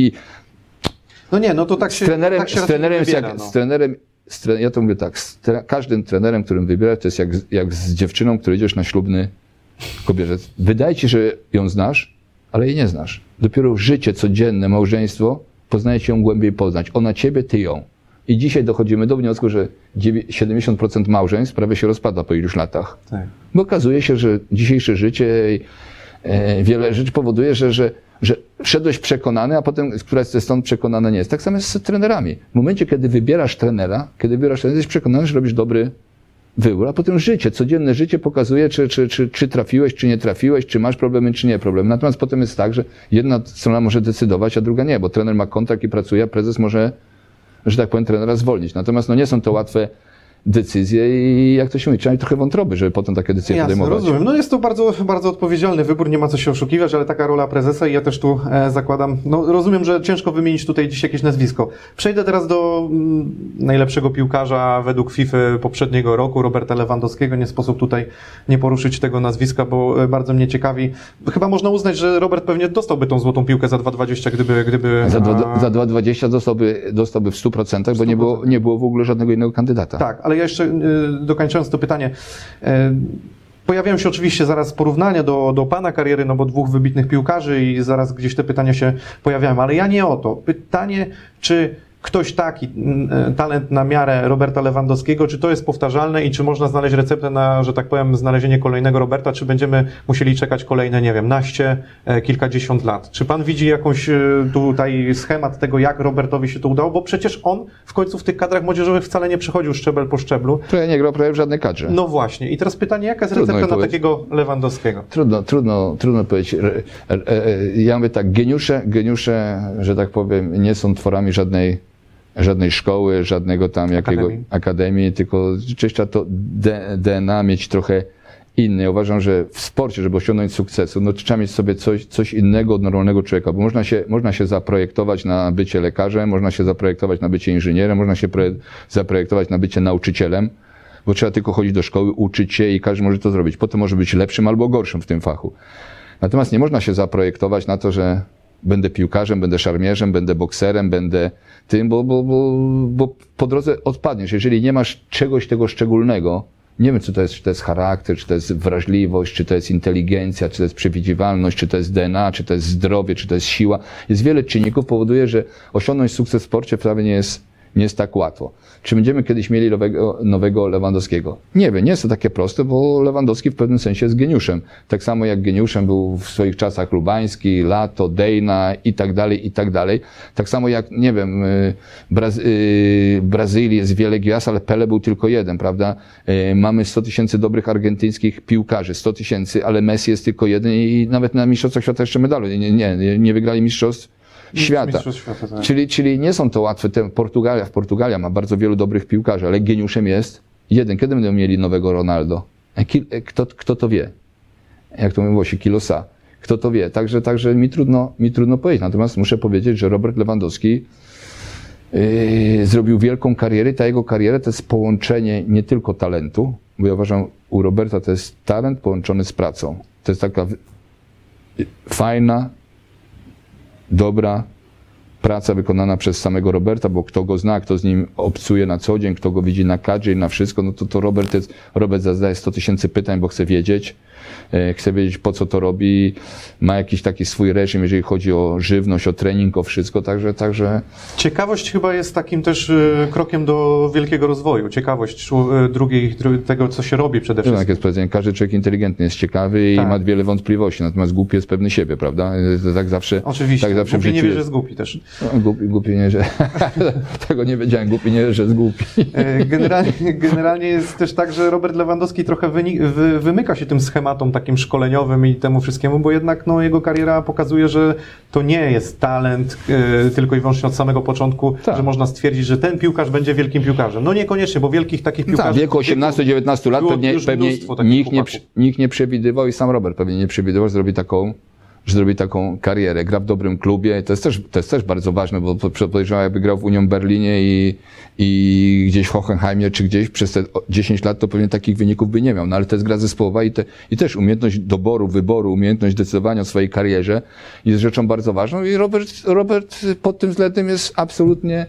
No nie, no to tak się Z trenerem, tak się z trenerem, wybiera, jak, no. z trenerem z tre, ja to mówię tak, z tre, każdym trenerem, którym wybierasz, to jest jak, jak z dziewczyną, którą idziesz na ślubny kobierzec. Wydaje ci, że ją znasz, ale jej nie znasz. Dopiero życie codzienne, małżeństwo, poznajecie ją głębiej poznać. Ona ciebie, ty ją. I dzisiaj dochodzimy do wniosku, że siedemdziesiąt procent małżeństw prawie się rozpada po iluś latach. Tak. Bo okazuje się, że dzisiejsze życie e, wiele rzeczy powoduje, że, że, że szedłeś przekonany, a potem któraś ze stron przekonana nie jest. Tak samo jest z trenerami. W momencie, kiedy wybierasz trenera, kiedy wybierasz trenera, jesteś przekonany, że robisz dobry wybór, a potem życie, codzienne życie pokazuje, czy, czy, czy, czy trafiłeś, czy nie trafiłeś, czy masz problemy, czy nie problemy. Natomiast potem jest tak, że jedna strona może decydować, a druga nie, bo trener ma kontrakt i pracuje, a prezes może, że tak powiem, trenera zwolnić. Natomiast no nie są to łatwe decyzje i jak to się mówi, trzeba mieć trochę wątroby, żeby potem takie decyzje Jasne, podejmować. Rozumiem. No jest to bardzo, bardzo odpowiedzialny wybór, nie ma co się oszukiwać, ale taka rola prezesa i ja też tu e, zakładam, no rozumiem, że ciężko wymienić tutaj dziś jakieś nazwisko. Przejdę teraz do mm, najlepszego piłkarza według FIFA poprzedniego roku, Roberta Lewandowskiego. Nie sposób tutaj nie poruszyć tego nazwiska, bo e, bardzo mnie ciekawi. Chyba można uznać, że Robert pewnie dostałby tą złotą piłkę za dwa dwadzieścia, gdyby... gdyby za a... za dwa dwadzieścia dostałby, dostałby w stu procentach, bo nie było, nie było w ogóle żadnego innego kandydata. Tak, ale ja jeszcze dokończając to pytanie, pojawiają się oczywiście zaraz porównania do, do pana kariery, no bo dwóch wybitnych piłkarzy i zaraz gdzieś te pytania się pojawiają, ale ja nie o to. Pytanie, czy ktoś taki, talent na miarę Roberta Lewandowskiego, czy to jest powtarzalne i czy można znaleźć receptę na, że tak powiem, znalezienie kolejnego Roberta, czy będziemy musieli czekać kolejne, nie wiem, naście, kilkadziesiąt lat? Czy pan widzi jakąś tutaj schemat tego, jak Robertowi się to udało? Bo przecież on w końcu w tych kadrach młodzieżowych wcale nie przechodził szczebel po szczeblu. Prawie nie grał prawie w żadnej kadrze. No właśnie. I teraz pytanie, jaka jest Trudno recepta na takiego Lewandowskiego? Trudno, trudno, trudno powiedzieć. Ja mówię tak, geniusze, geniusze, że tak powiem, nie są tworami żadnej żadnej szkoły, żadnego tam jakiego akademii, akademii tylko rzeczywiście trzeba to D N A mieć trochę inne. Ja uważam, że w sporcie, żeby osiągnąć sukcesu, no trzeba mieć sobie coś, coś innego od normalnego człowieka, bo można się, można się zaprojektować na bycie lekarzem, można się zaprojektować na bycie inżynierem, można się zaprojektować na bycie nauczycielem, bo trzeba tylko chodzić do szkoły, uczyć się i każdy może to zrobić. Potem może być lepszym albo gorszym w tym fachu. Natomiast nie można się zaprojektować na to, że będę piłkarzem, będę szarmierzem, będę bokserem, będę tym, bo, bo, bo, bo po drodze odpadniesz. Jeżeli nie masz czegoś tego szczególnego, nie wiem, co to jest, czy to jest charakter, czy to jest wrażliwość, czy to jest inteligencja, czy to jest przewidywalność, czy to jest D N A, czy to jest zdrowie, czy to jest siła. Jest wiele czynników, powoduje, że osiągnąć sukces w sporcie wcale nie jest, Nie jest tak łatwo. Czy będziemy kiedyś mieli nowego, nowego Lewandowskiego? Nie wiem, nie jest to takie proste, bo Lewandowski w pewnym sensie jest geniuszem. Tak samo jak geniuszem był w swoich czasach Lubański, Lato, Dejna i tak dalej, i tak dalej. Tak samo jak, nie wiem, Braz Brazylii jest wiele gwiazd, ale Pele był tylko jeden, prawda? Mamy sto tysięcy dobrych argentyńskich piłkarzy, sto tysięcy, ale Messi jest tylko jeden i nawet na Mistrzostwach Świata jeszcze medalu. Nie, nie, nie wygrali Mistrzostw Świata. świata tak. czyli, czyli nie są to łatwe. Te Portugalia, w Portugalia ma bardzo wielu dobrych piłkarzy, ale geniuszem jest jeden. Kiedy będą mieli nowego Ronaldo? Kto, kto to wie? Jak to mówiło się, kilosa. Kto to wie? Także, także mi, trudno, mi trudno powiedzieć. Natomiast muszę powiedzieć, że Robert Lewandowski yy, zrobił wielką karierę. Ta jego kariera to jest połączenie nie tylko talentu, bo ja uważam, u Roberta to jest talent połączony z pracą. To jest taka fajna, dobra praca wykonana przez samego Roberta, bo kto go zna, kto z nim obcuje na co dzień, kto go widzi na kadrze i na wszystko, no to, to Robert jest, Robert zadaje sto tysięcy pytań, bo chce wiedzieć, e, chce wiedzieć po co to robi, ma jakiś taki swój reżim, jeżeli chodzi o żywność, o trening, o wszystko, także, także... Ciekawość chyba jest takim też y, krokiem do wielkiego rozwoju. Ciekawość y, drugiej, dru, tego, co się robi przede wszystkim. Tak jest powiedzenie, każdy człowiek inteligentny jest ciekawy i tak. ma wiele wątpliwości, natomiast głupi jest pewny siebie, prawda? Tak zawsze, Oczywiście, tak zawsze głupi nie wie, jest. że jest głupi też. No, głupi, głupi nie, że... Tego nie wiedziałem, głupi nie, że jest głupi. Generalnie, generalnie jest też tak, że Robert Lewandowski trochę wynik, wy, wymyka się tym schematom takim szkoleniowym i temu wszystkiemu, bo jednak no, jego kariera pokazuje, że to nie jest talent y, tylko i wyłącznie od samego początku, tak. że można stwierdzić, że ten piłkarz będzie wielkim piłkarzem. No niekoniecznie, bo wielkich takich piłkarzy... Tak, w wieku osiemnastu dziewiętnastu lat pewnie, pewnie nikt, nie, nikt nie przewidywał i sam Robert pewnie nie przewidywał, że zrobi taką, że zrobi taką karierę. Gra w dobrym klubie. To jest też, to jest też bardzo ważne, bo podejrzewam, jakby grał w Union Berlinie i, i gdzieś w Hoffenheimie czy gdzieś przez te dziesięć lat, to pewnie takich wyników by nie miał. No ale to jest gra zespołowa i, te, i też umiejętność doboru, wyboru, umiejętność decydowania o swojej karierze jest rzeczą bardzo ważną i Robert, Robert pod tym względem jest absolutnie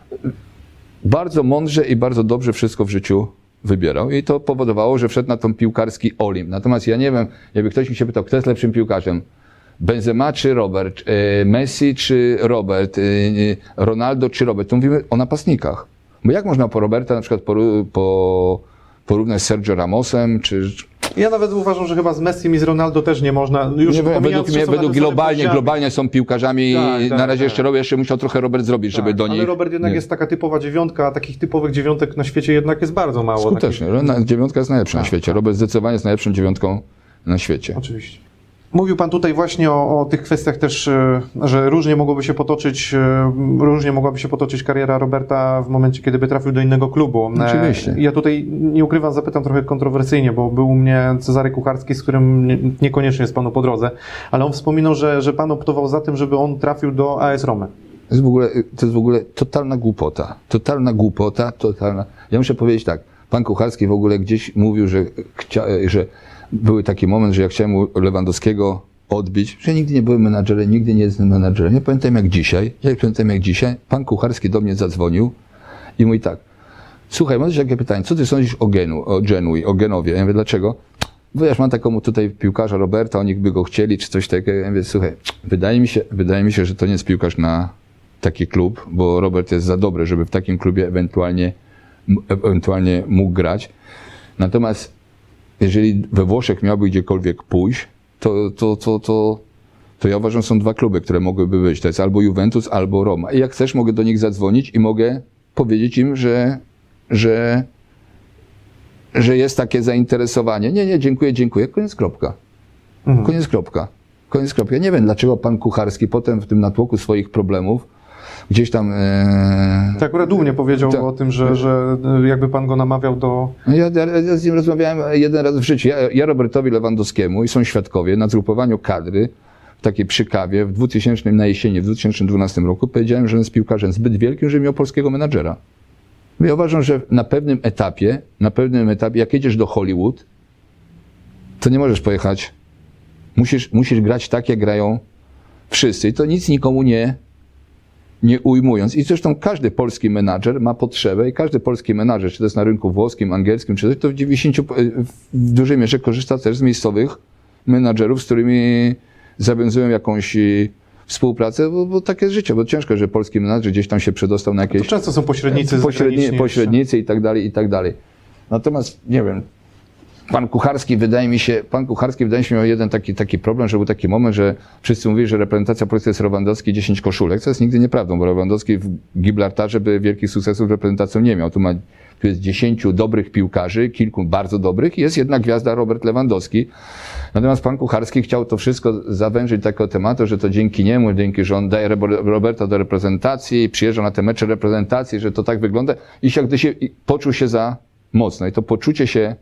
bardzo mądrze i bardzo dobrze wszystko w życiu wybierał i to powodowało, że wszedł na tą piłkarski olimp. Natomiast ja nie wiem, jakby ktoś mi się pytał, kto jest lepszym piłkarzem? Benzema czy Robert? Messi czy Robert? Ronaldo czy Robert? To mówimy o napastnikach. Bo jak można po Roberta na przykład poru, po, porównać z Sergio Ramosem czy... Ja nawet uważam, że chyba z Messim i z Ronaldo też nie można. Już nie, według mnie, według globalnie, globalnie są piłkarzami tak, i tak, na razie tak. jeszcze Robert, jeszcze musiał trochę Robert zrobić, tak, żeby do ale nich... Ale Robert jednak nie. jest taka typowa dziewiątka, a takich typowych dziewiątek na świecie jednak jest bardzo mało. Skutecznie. Takich... Dziewiątka jest najlepsza tak, na świecie. Tak. Robert zdecydowanie jest najlepszą dziewiątką na świecie. Oczywiście. Mówił Pan tutaj właśnie o, o tych kwestiach też, że różnie mogłoby się potoczyć, różnie mogłaby się potoczyć kariera Roberta w momencie, kiedy by trafił do innego klubu. Oczywiście. Ja tutaj nie ukrywam, zapytam trochę kontrowersyjnie, bo był u mnie Cezary Kucharski, z którym nie, niekoniecznie jest Panu po drodze, ale on wspominał, że, że Pan optował za tym, żeby on trafił do A S Romy. To jest w ogóle, to jest w ogóle totalna głupota. Totalna głupota, totalna... Ja muszę powiedzieć tak, Pan Kucharski w ogóle gdzieś mówił, że, chcia, że był taki moment, że ja chciałem u Lewandowskiego odbić, że nigdy nie byłem menadżerem, nigdy nie jestem menadżerem. Ja pamiętam jak dzisiaj, ja pamiętam jak dzisiaj, Pan Kucharski do mnie zadzwonił i mówi tak, słuchaj, mam takie pytanie, co ty sądzisz o Genu, o Genui, o Genowie? Ja mówię, dlaczego? Bo ja mam taką tutaj piłkarza Roberta, oni by go chcieli, czy coś takiego. Ja mówię, słuchaj, wydaje mi się, wydaje mi się, że to nie jest piłkarz na taki klub, bo Robert jest za dobry, żeby w takim klubie ewentualnie, ewentualnie mógł grać. Natomiast jeżeli we Włoszech miałby gdziekolwiek pójść, to, to, to, to, to ja uważam, że są dwa kluby, które mogłyby być. To jest albo Juventus, albo Roma. I jak chcesz, mogę do nich zadzwonić i mogę powiedzieć im, że, że, że jest takie zainteresowanie. Nie, nie, dziękuję, dziękuję. Koniec, kropka. Mhm. Koniec, kropka. Koniec, kropka. Ja nie wiem, dlaczego pan Kucharski potem w tym natłoku swoich problemów gdzieś tam... E... Tak, akurat u mnie powiedział to, o tym, że, że jakby pan go namawiał do... Ja, ja, ja z nim rozmawiałem jeden raz w życiu. Ja, ja Robertowi Lewandowskiemu i są świadkowie na zgrupowaniu kadry w takiej przy kawie w dwutysięcznym na jesieni, w dwa tysiące dwunastym roku powiedziałem, że jest piłkarzem zbyt wielkim, że miał polskiego menadżera. Ja uważam, że na pewnym etapie, na pewnym etapie, jak jedziesz do Hollywood, to nie możesz pojechać. Musisz, musisz grać tak, jak grają wszyscy. I to nic nikomu nie, nie ujmując. I zresztą każdy polski menadżer ma potrzebę i każdy polski menadżer, czy to jest na rynku włoskim, angielskim, czy coś, to w dziewięćdziesięciu w dużej mierze korzysta też z miejscowych menadżerów, z którymi zawiązują jakąś współpracę, bo, bo takie jest życie, bo ciężko, że polski menadżer gdzieś tam się przedostał na jakieś... To często są pośrednicy pośredni, pośrednicy i tak dalej, i tak dalej. Natomiast, nie wiem, pan Kucharski wydaje mi się, pan Kucharski wydaje mi się miał jeden taki, taki problem, że był taki moment, że wszyscy mówili, że reprezentacja Polski to jest Lewandowski dziesięć koszulek, co jest nigdy nieprawdą, bo Lewandowski w Gibraltarze by wielkich sukcesów z reprezentacją nie miał. Tu ma Tu jest dziesięciu dobrych piłkarzy, kilku bardzo dobrych i jest jedna gwiazda Robert Lewandowski. Natomiast pan Kucharski chciał to wszystko zawężyć do takiego tematu, że to dzięki niemu, dzięki, że on daje Roberta do reprezentacji, przyjeżdża na te mecze reprezentacji, że to tak wygląda i się, gdy się i poczuł się za mocno. I to poczucie się,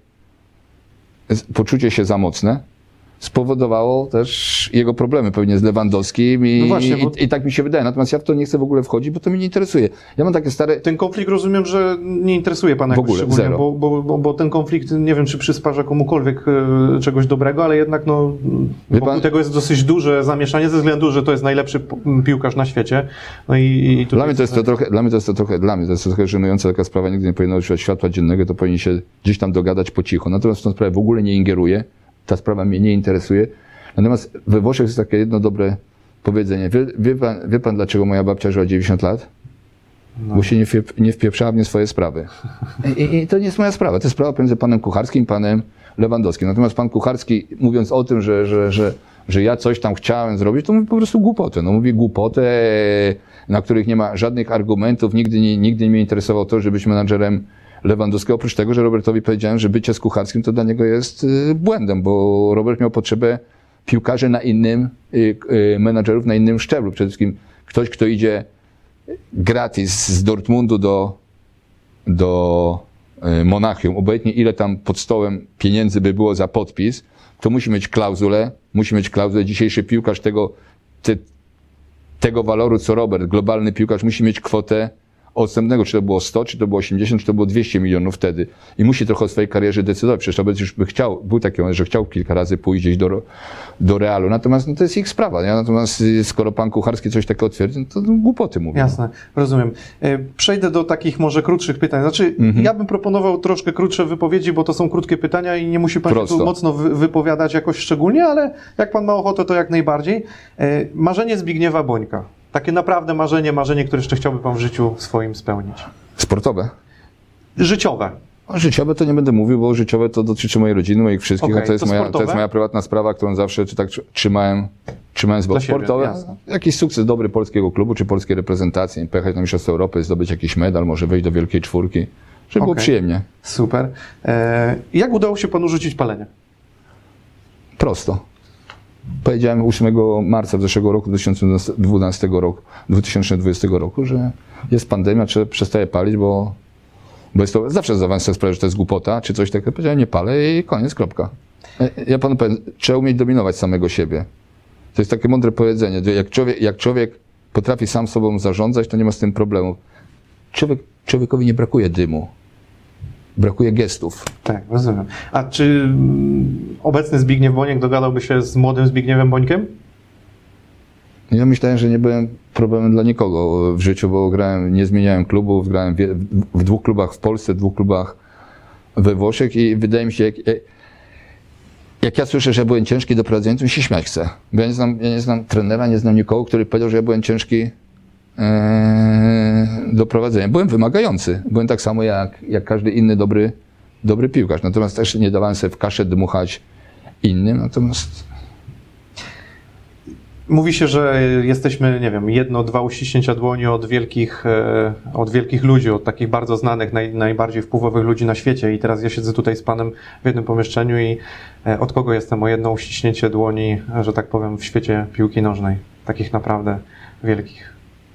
poczucie się za mocne spowodowało też jego problemy pewnie z Lewandowskim i, no właśnie, bo... i, i tak mi się wydaje. Natomiast ja w to nie chcę w ogóle wchodzić, bo to mnie nie interesuje. Ja mam takie stare... Ten konflikt rozumiem, że nie interesuje pana w ogóle, zero. Bo, bo, bo, bo ten konflikt, nie wiem, czy przysparza komukolwiek e, czegoś dobrego, ale jednak no, wokół pan... tego jest dosyć duże zamieszanie ze względu, że to jest najlepszy piłkarz na świecie. No i, i dla, mnie to jest to trochę, dla mnie to jest to trochę, dla mnie to jest to trochę żenująca taka sprawa, nigdy nie powinno być światła dziennego, to powinni się gdzieś tam dogadać po cichu. Natomiast w tą sprawę w ogóle nie ingeruję, ta sprawa mnie nie interesuje. Natomiast we Włoszech jest takie jedno dobre powiedzenie. Wie, wie, pan, wie pan, dlaczego moja babcia żyła dziewięćdziesiąt lat? No. Bo się nie, nie wpieprzała w nie swoje sprawy. I, I to nie jest moja sprawa. To jest sprawa pomiędzy panem Kucharskim i panem Lewandowskim. Natomiast pan Kucharski, mówiąc o tym, że, że, że, że ja coś tam chciałem zrobić, to mówi po prostu głupotę. No mówi głupotę, na których nie ma żadnych argumentów. Nigdy nie, nigdy nie mnie interesowało to, żeby być menadżerem Lewandowskiego. Oprócz tego, że Robertowi powiedziałem, że bycie z Kucharskim to dla niego jest błędem, bo Robert miał potrzebę piłkarzy na innym, menadżerów na innym szczeblu. Przede wszystkim ktoś, kto idzie gratis z Dortmundu do, do Monachium, obojętnie ile tam pod stołem pieniędzy by było za podpis, to musi mieć klauzulę, musi mieć klauzulę. Dzisiejszy piłkarz tego, te, tego waloru co Robert, globalny piłkarz, musi mieć kwotę odstępnego, czy to było sto, czy to było osiemdziesiąt, czy to było dwieście milionów wtedy. I musi trochę o swojej karierze decydować. Przecież Robert już by chciał, był taki moment, że chciał kilka razy pójść gdzieś do, do Realu. Natomiast no, to jest ich sprawa. Nie? Natomiast skoro pan Kucharski coś takiego twierdzi, no, to głupoty mówi. Jasne, rozumiem. Przejdę do takich może krótszych pytań. Znaczy, mhm. ja bym proponował troszkę krótsze wypowiedzi, bo to są krótkie pytania i nie musi pan Prosto. się tu mocno wypowiadać jakoś szczególnie, ale jak pan ma ochotę, to jak najbardziej. Marzenie Zbigniewa Bońka. Takie naprawdę marzenie, marzenie, które jeszcze chciałby pan w życiu swoim spełnić. Sportowe? Życiowe. O, życiowe to nie będę mówił, bo życiowe to dotyczy mojej rodziny, moich wszystkich, okay, a to jest, to, moja, to jest moja prywatna sprawa, którą zawsze czy tak trzymałem, trzymałem z boku. Sportowe, jakiś sukces dobry polskiego klubu, czy polskiej reprezentacji, pojechać na Mistrzostwa Europy, zdobyć jakiś medal, może wejść do wielkiej czwórki, żeby okay. było przyjemnie. Super. E, jak udało się panu rzucić palenie? Prosto. Powiedziałem ósmego marca zeszłego roku, dwa tysiące dwunastego roku, dwa tysiące dwudziestego roku, że jest pandemia, czy przestaję palić, bo, bo jest to, zawsze zdawałem sobie sprawę, że to jest głupota, czy coś takiego. Powiedziałem, nie palę i koniec, kropka. Ja panu powiem, trzeba umieć dominować samego siebie. To jest takie mądre powiedzenie. Jak człowiek, jak człowiek potrafi sam sobą zarządzać, to nie ma z tym problemu. Człowiek, człowiekowi nie brakuje dymu. Brakuje gestów. Tak, rozumiem. A czy obecny Zbigniew Boniek dogadałby się z młodym Zbigniewem Bońkiem? Ja myślałem, że nie byłem problemem dla nikogo w życiu, bo grałem, nie zmieniałem klubów, grałem w, w dwóch klubach w Polsce, w dwóch klubach we Włoszech i wydaje mi się, jak, jak ja słyszę, że ja byłem ciężki do prowadzenia, to mi się śmiać chce. Bo ja nie znam, ja nie znam trenera, nie znam nikogo, który powiedział, że ja byłem ciężki do prowadzenia. Byłem wymagający. Byłem tak samo jak, jak każdy inny dobry, dobry piłkarz. Natomiast też nie dawałem sobie w kaszę dmuchać innym. Natomiast... Mówi się, że jesteśmy, nie wiem, jedno, dwa uściśnięcia dłoni od wielkich, od wielkich ludzi, od takich bardzo znanych, naj, najbardziej wpływowych ludzi na świecie. I teraz ja siedzę tutaj z panem w jednym pomieszczeniu i od kogo jestem o jedno uściśnięcie dłoni, że tak powiem, w świecie piłki nożnej. Takich naprawdę wielkich.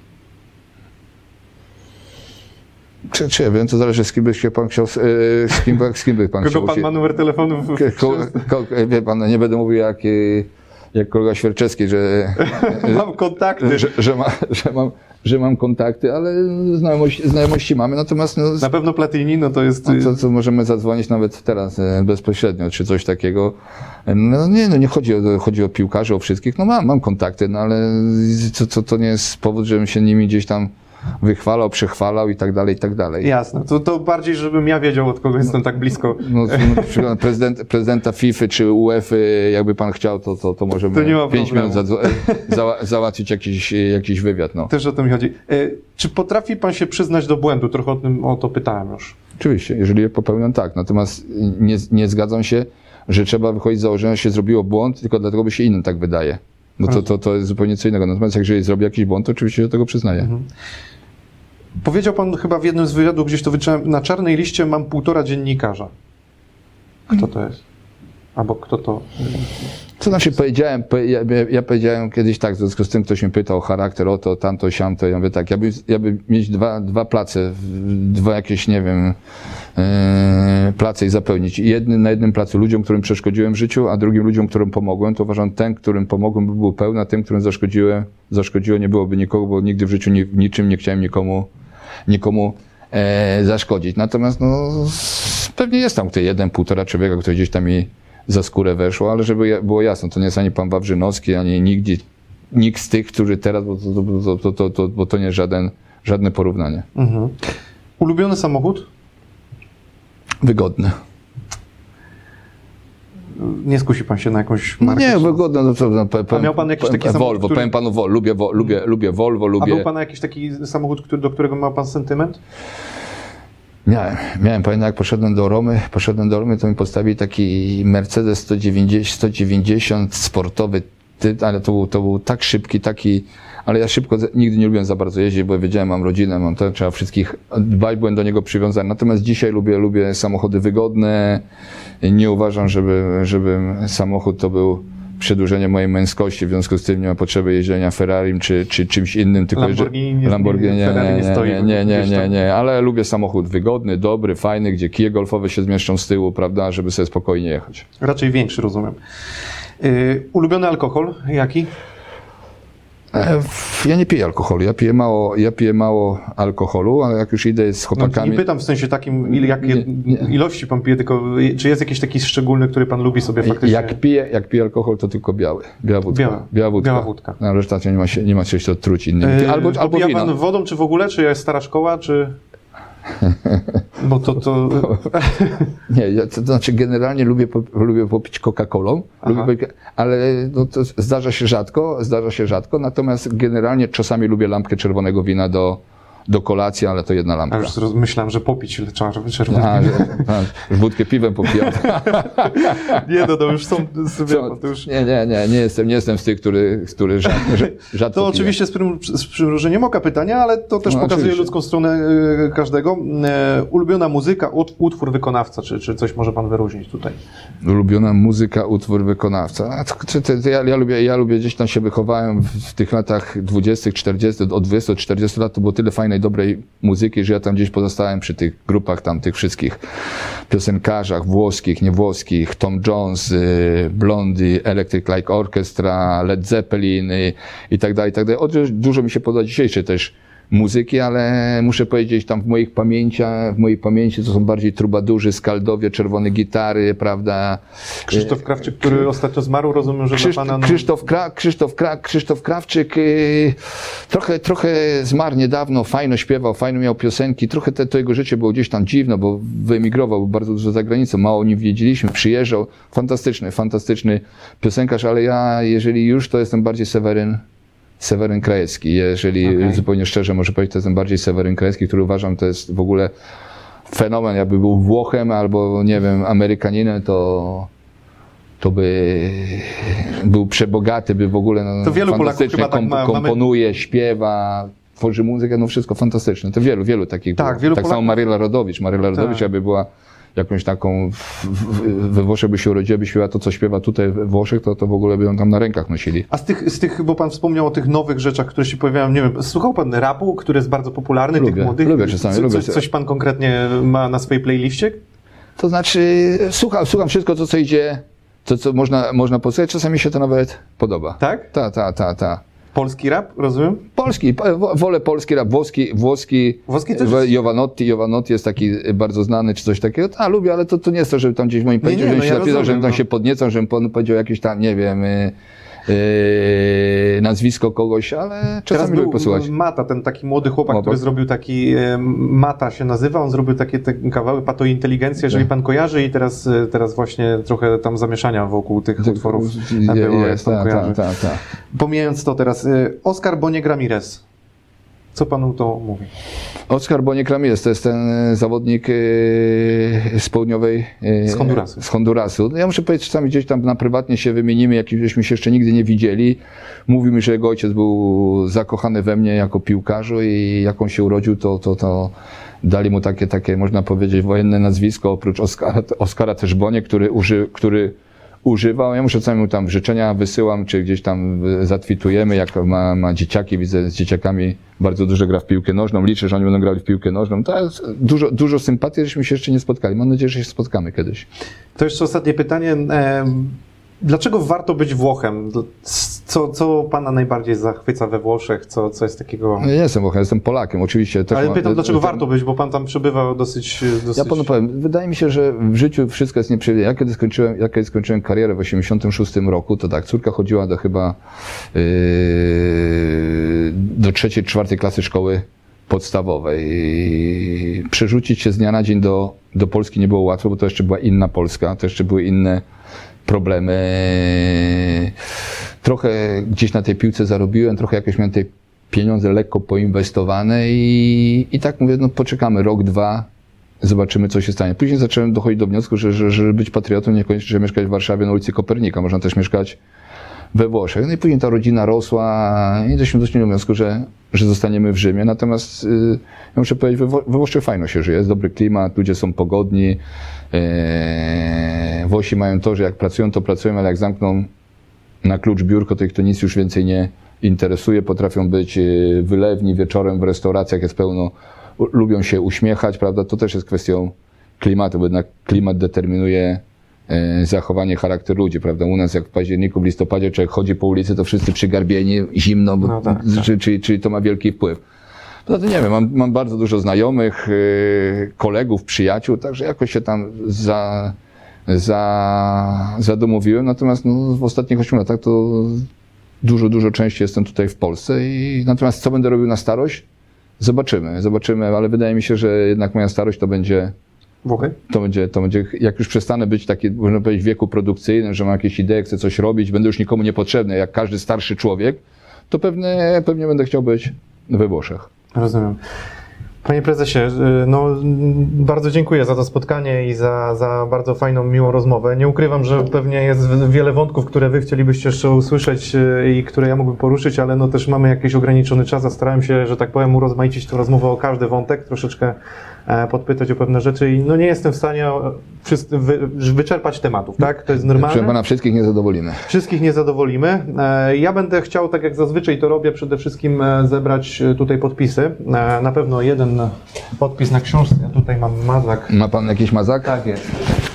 Czy, czy ja wiem, to zależy, z kim by się pan chciał, z kim, z kim by pan Kogo chciał. Kogo pan ma numer telefonu? W... Ko, ko, wie pan, nie będę mówił jak, jak kolega Świerczewski, że... mam kontakty. Że, że, ma, że, mam, że mam kontakty, ale znajomości, znajomości mamy, natomiast... No, na pewno Platini, no to jest... No to, to możemy zadzwonić nawet teraz bezpośrednio, czy coś takiego. No nie, no nie chodzi o, chodzi o piłkarzy, o wszystkich, no mam, mam kontakty, no ale to, to, to nie jest powód, żebym się nimi gdzieś tam wychwalał, przechwalał i tak dalej, i tak dalej. Jasne, to, to bardziej, żebym ja wiedział, od kogo jestem tak blisko. No, na przykład prezydent, prezydenta FIFA czy UEFA, jakby pan chciał, to, to, to możemy To nie ma pięć minut problemu. za, za, załatwić jakiś, jakiś wywiad. No. Też o tym chodzi. E, czy potrafi pan się przyznać do błędu? Trochę o, tym, o to pytałem już. Oczywiście, jeżeli je popełniam, tak. Natomiast nie, nie zgadzam się, że trzeba wychodzić z założenia, że się zrobiło błąd, tylko dlatego by się innym tak wydaje. No to, to, to jest zupełnie co innego. Natomiast jeżeli zrobi jakiś błąd, to oczywiście się do tego przyznaję. Mhm. Powiedział pan chyba w jednym z wywiadów, gdzieś to wyczytałem, na czarnej liście mam półtora dziennikarza. Kto to jest? Albo kto to... To znaczy powiedziałem, ja, ja powiedziałem kiedyś tak, w związku z tym ktoś mnie pytał o charakter, o to, tamto, siamto, ja mówię tak, ja bym, ja bym mieć dwa, dwa place, dwa jakieś, nie wiem, yy, place i zapełnić. Jedny, na jednym placu ludziom, którym przeszkodziłem w życiu, a drugim ludziom, którym pomogłem, to uważam, ten, którym pomogłem, by był pełny, a tym, którym zaszkodziłem, zaszkodziło, nie byłoby nikogo, bo nigdy w życiu ni, niczym nie chciałem nikomu, nikomu e, zaszkodzić. Natomiast no, pewnie jest tam tutaj jeden, półtora człowieka, który gdzieś tam mi za skórę weszło, ale żeby było jasne, to nie jest ani pan Wawrzynowski, ani nigdzie, nikt z tych, którzy teraz, bo to, to, to, to, to, bo to nie jest żaden, żadne porównanie. Mhm. Ulubiony samochód? Wygodny. Nie skusi pan się na jakąś No markę? nie, czy... wygodne. No, to, no, A miał pan jakiś taki samochód, Volvo, który- powiem panu, Vol, lubię, Vol, lubię, lubię, lubię Volvo, A lubię... był pan jakiś taki samochód, który, do którego ma pan sentyment? Miałem, miałem, pamiętam jak poszedłem do Romy, poszedłem do Romy, to mi postawili taki Mercedes sto dziewięćdziesiąt, sto dziewięćdziesiąt sportowy, ty- ale to był, to był tak szybki, taki, ale ja szybko, nigdy nie lubiłem za bardzo jeździć, bo wiedziałem, mam rodzinę, mam to, trzeba wszystkich dbać, byłem do niego przywiązany. Natomiast dzisiaj lubię, lubię samochody wygodne, nie uważam, żeby, żeby samochód to był przedłużenie mojej męskości, w związku z tym nie ma potrzeby jeżdżenia Ferrari czy, czy czymś innym, tylko Lamborghini nie- Lamborghini, nie, Ferrari nie, nie stoi nie, nie, nie, gdzieś nie, tam. nie, ale lubię samochód wygodny, dobry, fajny, gdzie kije golfowe się zmieszczą z tyłu, prawda, żeby sobie spokojnie jechać. Raczej większy, rozumiem. Yy, ulubiony alkohol? Jaki? E, w- Ja nie piję alkoholu, ja piję mało, ja piję mało alkoholu, ale jak już idę z No, chłopakami... nie pytam w sensie takim, ile, jakie Nie, nie. ilości pan pije, tylko czy jest jakiś taki szczególny, który pan lubi sobie faktycznie? Jak piję, jak piję alkohol, to tylko biały. Biała wódka. Biała. Biała wódka. Biała wódka. No, reszta to nie ma się, nie ma się odtruć innymi. Yy, Albo, albo popija wino. pan wodą, czy w ogóle, czy jest stara szkoła, czy... Bo to... to... Nie, ja, to znaczy generalnie lubię, po- lubię popić Coca-Colą, lubię Aha. popić, ale no, to zdarza się rzadko, zdarza się rzadko, natomiast generalnie czasami lubię lampkę czerwonego wina do, do kolacji, ale to jedna A lampka. już zroz- myślałem, że popić czar- czerwony. A, że, a, wódkę piwem popijam. Nie, no to już są... Sobie, Co? to, już... Nie, nie, nie, nie jestem, nie jestem z tych, który, który rzad, rzadko to pije. oczywiście z, prym, z przymrużeniem oka pytania, ale to też No, pokazuje oczywiście. ludzką stronę e, każdego. E, ulubiona muzyka, ut, utwór wykonawca, czy, czy coś może pan wyróżnić tutaj? Ulubiona muzyka, utwór wykonawca. A to, to, to, to ja, ja, lubię, ja lubię, gdzieś tam się wychowałem w, w tych latach dwudziestych, czterdziestych, od dwudziestu do czterdziestu lat to było tyle fajnej, dobrej muzyki, że ja tam gdzieś pozostałem przy tych grupach tam tych wszystkich piosenkarzach włoskich, niewłoskich, Tom Jones, y, Blondie, Electric Light Orchestra, Led Zeppelin y, i tak dalej, i tak dalej. O, dużo mi się podoba dzisiejsze też muzyki, ale muszę powiedzieć, tam w moich pamięciach, w mojej pamięci to są bardziej trubadurzy, skaldowie, czerwone gitary, prawda? Krzysztof Krawczyk, który ostatnio zmarł, rozumiem, że Krzysztof, dla pana... No, Krzysztof, Kra, Krzysztof, Kra, Krzysztof Krawczyk yy, trochę, trochę zmarł niedawno, fajno śpiewał, fajno miał piosenki, trochę te, to jego życie było gdzieś tam dziwne, bo wyemigrował był bardzo dużo za granicą, mało o nim wiedzieliśmy, przyjeżdżał, fantastyczny, fantastyczny piosenkarz, ale ja, jeżeli już, to jestem bardziej Seweryn, Seweryn Krajewski, jeżeli Okej. zupełnie szczerze może powiedzieć, to jestem bardziej Seweryn Krajewski, który uważam, to jest w ogóle fenomen, jakby był Włochem albo, nie wiem, Amerykaninem, to to by był przebogaty, by w ogóle no, To wielu Polaków fantastycznie chyba tak komp- ma- mamy- komponuje, śpiewa, tworzy muzykę, no wszystko fantastyczne. To wielu, wielu takich Tak, było. wielu Tak samo Polaków- Maryla Rodowicz. Maryla Rodowicz, Tak. jakby była jakąś taką, w, w, we Włoszech by się urodziła, by śpiewała to, co śpiewa tutaj we Włoszech, to, to w ogóle by ją tam na rękach nosili. A z tych, z tych, bo pan wspomniał o tych nowych rzeczach, które się pojawiają, nie wiem, słuchał pan rapu, który jest bardzo popularny, Lubię, tych młodych? lubię czasami, Co, lubię. Coś, coś pan konkretnie ma na swojej playliście? To znaczy, słucham, słucham wszystko, to co idzie, to co można, można posłuchać, czasami się to nawet podoba. Tak? Ta, ta, ta, ta. Polski rap, rozumiem? Polski, po- wo- wolę polski rap, włoski, włoski, Włoski też wo- jest- Jovanotti, Jovanotti jest taki bardzo znany, czy coś takiego, a lubię, ale to, to nie jest to, żeby tam gdzieś w moim pojęciu, nie, żebym no się ja napisał, rozumiem, żebym tam no. się podniecał, żebym panu powiedział jakieś tam, nie wiem, y, yy, nazwisko kogoś, ale czasami lubię był posłuchać. Mata, ten taki młody chłopak, Chłopak. który zrobił taki, e, Mata się nazywa, on zrobił takie te kawały Pato i Inteligencja, jeżeli pan kojarzy i teraz, e, teraz właśnie trochę tam zamieszania wokół tych utworów było, jak pan tak, kojarzy. tak, tak, tak. Pomijając to teraz, e, Oscar Boniek Ramirez. Co panu to mówi? Oskar Boniek Ramirez to jest ten zawodnik yy, z południowej... Yy, Z Hondurasu. Z Hondurasu. Ja muszę powiedzieć, czasami gdzieś tam na prywatnie się wymienimy, jakimśmy się jeszcze nigdy nie widzieli. Mówił mi, że jego ojciec był zakochany we mnie jako piłkarzu i jak on się urodził, to, to, to dali mu takie, takie, można powiedzieć, wojenne nazwisko, oprócz Oskara, Oskara też Boniek, który, uży, który używał. Ja muszę czasami mu tam życzenia wysyłam, czy gdzieś tam zatwitujemy, jak ma, ma dzieciaki, widzę z dzieciakami, bardzo dużo gra w piłkę nożną, liczę, że oni będą grali w piłkę nożną. To jest dużo, dużo sympatii, żeśmy się jeszcze nie spotkali. Mam nadzieję, że się spotkamy kiedyś. To jeszcze ostatnie pytanie. Dlaczego warto być Włochem? Co, co pana najbardziej zachwyca we Włoszech? Co, co jest takiego... Nie jestem Włochem, jestem Polakiem, oczywiście. Też Ale ma, pytam, dlaczego ten, warto być, bo pan tam przebywał dosyć... dosyć... Ja panu powiem, wydaje mi się, że w życiu wszystko jest nieprzewidziane. Ja kiedy skończyłem, ja kiedy skończyłem karierę w osiemdziesiątym szóstym roku, to tak, córka chodziła do chyba yy, do trzeciej, czwartej klasy szkoły podstawowej. I przerzucić się z dnia na dzień do, do Polski nie było łatwo, bo to jeszcze była inna Polska, to jeszcze były inne problemy. Trochę gdzieś na tej piłce zarobiłem, trochę jakoś miałem te pieniądze lekko poinwestowane i, i tak mówię, no poczekamy rok, dwa, zobaczymy, co się stanie. Później zacząłem dochodzić do wniosku, że, że, że być patriotą niekoniecznie trzeba mieszkać w Warszawie na ulicy Kopernika, można też mieszkać we Włoszech. No i później ta rodzina rosła i doszliśmy dość do wniosku, że, że zostaniemy w Rzymie. Natomiast yy, ja muszę powiedzieć, we, we Włoszech fajno się żyje, jest dobry klimat, ludzie są pogodni. Yy, Włosi mają to, że jak pracują, to pracują, ale jak zamkną na klucz biurko, to ich to nic już więcej nie interesuje. Potrafią być wylewni wieczorem w restauracjach, jest pełno, lubią się uśmiechać, prawda? To też jest kwestią klimatu, bo jednak klimat determinuje zachowanie, charakter ludzi, prawda? U nas jak w październiku, w listopadzie człowiek chodzi po ulicy, to wszyscy przygarbieni, zimno, bo, no tak, tak. Czyli, czyli, czyli to ma wielki wpływ. Poza tym nie wiem, mam, mam bardzo dużo znajomych, kolegów, przyjaciół, także jakoś się tam za, za, zadomowiłem, natomiast no, w ostatnich ośmiu latach to dużo, dużo częściej jestem tutaj w Polsce i natomiast co będę robił na starość? Zobaczymy, zobaczymy, ale wydaje mi się, że jednak moja starość to będzie Włochy? To będzie, to będzie, jak już przestanę być taki, można powiedzieć, w wieku produkcyjnym, że mam jakieś idee, chcę coś robić, będę już nikomu niepotrzebny, jak każdy starszy człowiek, to pewnie, pewnie będę chciał być we Włoszech. Rozumiem. Panie prezesie, no bardzo dziękuję za to spotkanie i za, za bardzo fajną, miłą rozmowę. Nie ukrywam, że pewnie jest wiele wątków, które wy chcielibyście jeszcze usłyszeć i które ja mógłbym poruszyć, ale no też mamy jakiś ograniczony czas, a starałem się, że tak powiem, urozmaicić tę rozmowę o każdy wątek, troszeczkę podpytać o pewne rzeczy i no nie jestem w stanie wy, wyczerpać tematów, tak? To jest normalne. Proszę pana, wszystkich nie zadowolimy. Wszystkich nie zadowolimy. Ja będę chciał, tak jak zazwyczaj to robię, przede wszystkim zebrać tutaj podpisy. Na pewno jeden podpis na książce. Ja tutaj mam mazak. Ma pan jakiś mazak? Tak jest.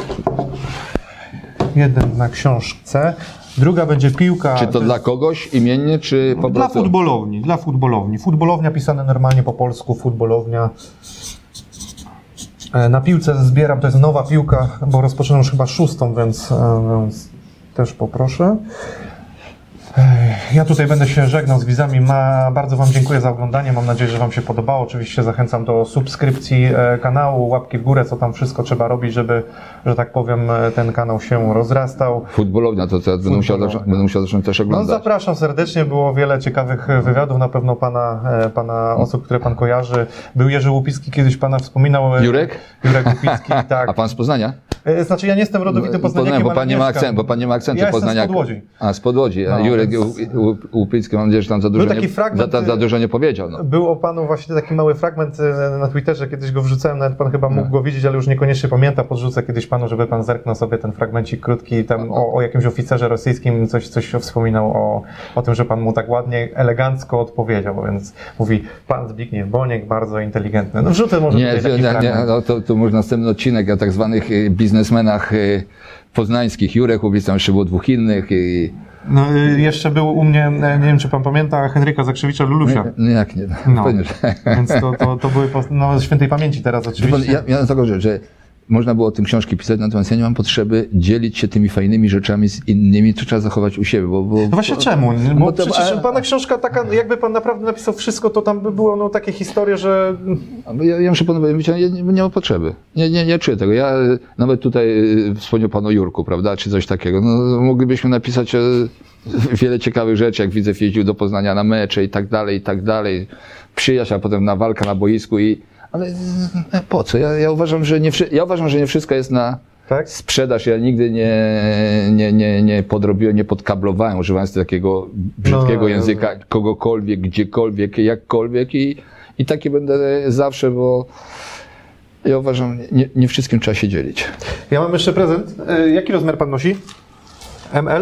Jeden na książce. Druga będzie piłka. Czy to, to dla kogoś imiennie, czy po dla prostu? futbolowni, dla futbolowni. Futbolownia pisane normalnie po polsku, futbolownia. Na piłce zbieram, to jest nowa piłka, bo rozpoczynam już chyba szóstą, więc, więc też poproszę. Ja tutaj będę się żegnał z widzami. Ma, bardzo Wam dziękuję za oglądanie. Mam nadzieję, że Wam się podobało. Oczywiście zachęcam do subskrypcji kanału, łapki w górę, co tam wszystko trzeba robić, żeby, że tak powiem, ten kanał się rozrastał. Futbolownia, to, to będę, musiał zacząć, będę musiał zacząć też oglądać. No, zapraszam serdecznie. Było wiele ciekawych wywiadów. Na pewno Pana, pana osób, które Pan kojarzy. Był Jerzy Łupicki, kiedyś Pana wspominał. Jurek? Jurek Łupicki, tak. A Pan z Poznania? Znaczy ja nie jestem rodowitym poznaniakiem, bo pan nie ma akcentu, bo pan nie ma akcentu ja Poznania. Ja jestem z Podłodzi. A, z Podłodzi. A No, Jurek więc... Łupicki, mam nadzieję, że tam za dużo, nie, fragment, za, za dużo nie powiedział. No. Był o Panu właśnie taki mały fragment na Twitterze, kiedyś go wrzucałem, nawet Pan chyba mógł no. go widzieć, ale już niekoniecznie pamięta. Podrzucę kiedyś Panu, żeby Pan zerknął sobie ten fragmencik krótki, tam no. o, o jakimś oficerze rosyjskim, coś, coś wspominał o, o tym, że Pan mu tak ładnie, elegancko odpowiedział, więc mówi Pan Zbigniew Boniek, bardzo inteligentny. No wrzucę może nie, tutaj taki nie, fragment. Nie, no to, to może następny odcinek o tak zwanych biznesmenach poznańskich. Jurek Łupicki, tam jeszcze było dwóch innych. I... No jeszcze był u mnie, nie wiem czy Pan pamięta, Henryka Zakrzewicza Lulusia. No jak nie, no. Więc to, to, to były no, świętej pamięci teraz oczywiście. Ja, ja na taką rzecz, że można było o tym książki pisać, natomiast ja nie mam potrzeby dzielić się tymi fajnymi rzeczami z innymi, to trzeba zachować u siebie, bo... bo no właśnie bo, czemu? Bo, bo to, przecież a, pana książka taka, jakby pan naprawdę napisał wszystko, to tam by było no, takie historie, że... Ja, ja muszę panu powiedzieć, ja nie, nie mam potrzeby. Nie, nie, nie czuję tego. Ja nawet tutaj wspomniał pan o Jurku, prawda, czy coś takiego. No, moglibyśmy napisać o wiele ciekawych rzeczy, jak Widzew jeździł do Poznania na mecze i tak dalej, i tak dalej. Przyjaźń, a potem na walkę na boisku i... Ale po co? Ja, ja, uważam, że nie, ja uważam, że nie wszystko jest na tak? sprzedaż. Ja nigdy nie, nie, nie, nie podrobiłem, nie podkablowałem, używając takiego brzydkiego no, języka, no. kogokolwiek, gdziekolwiek, jakkolwiek i, i taki będę zawsze, bo ja uważam, nie, nie wszystkim trzeba się dzielić. Ja mam jeszcze prezent. E, jaki rozmiar pan nosi? M L?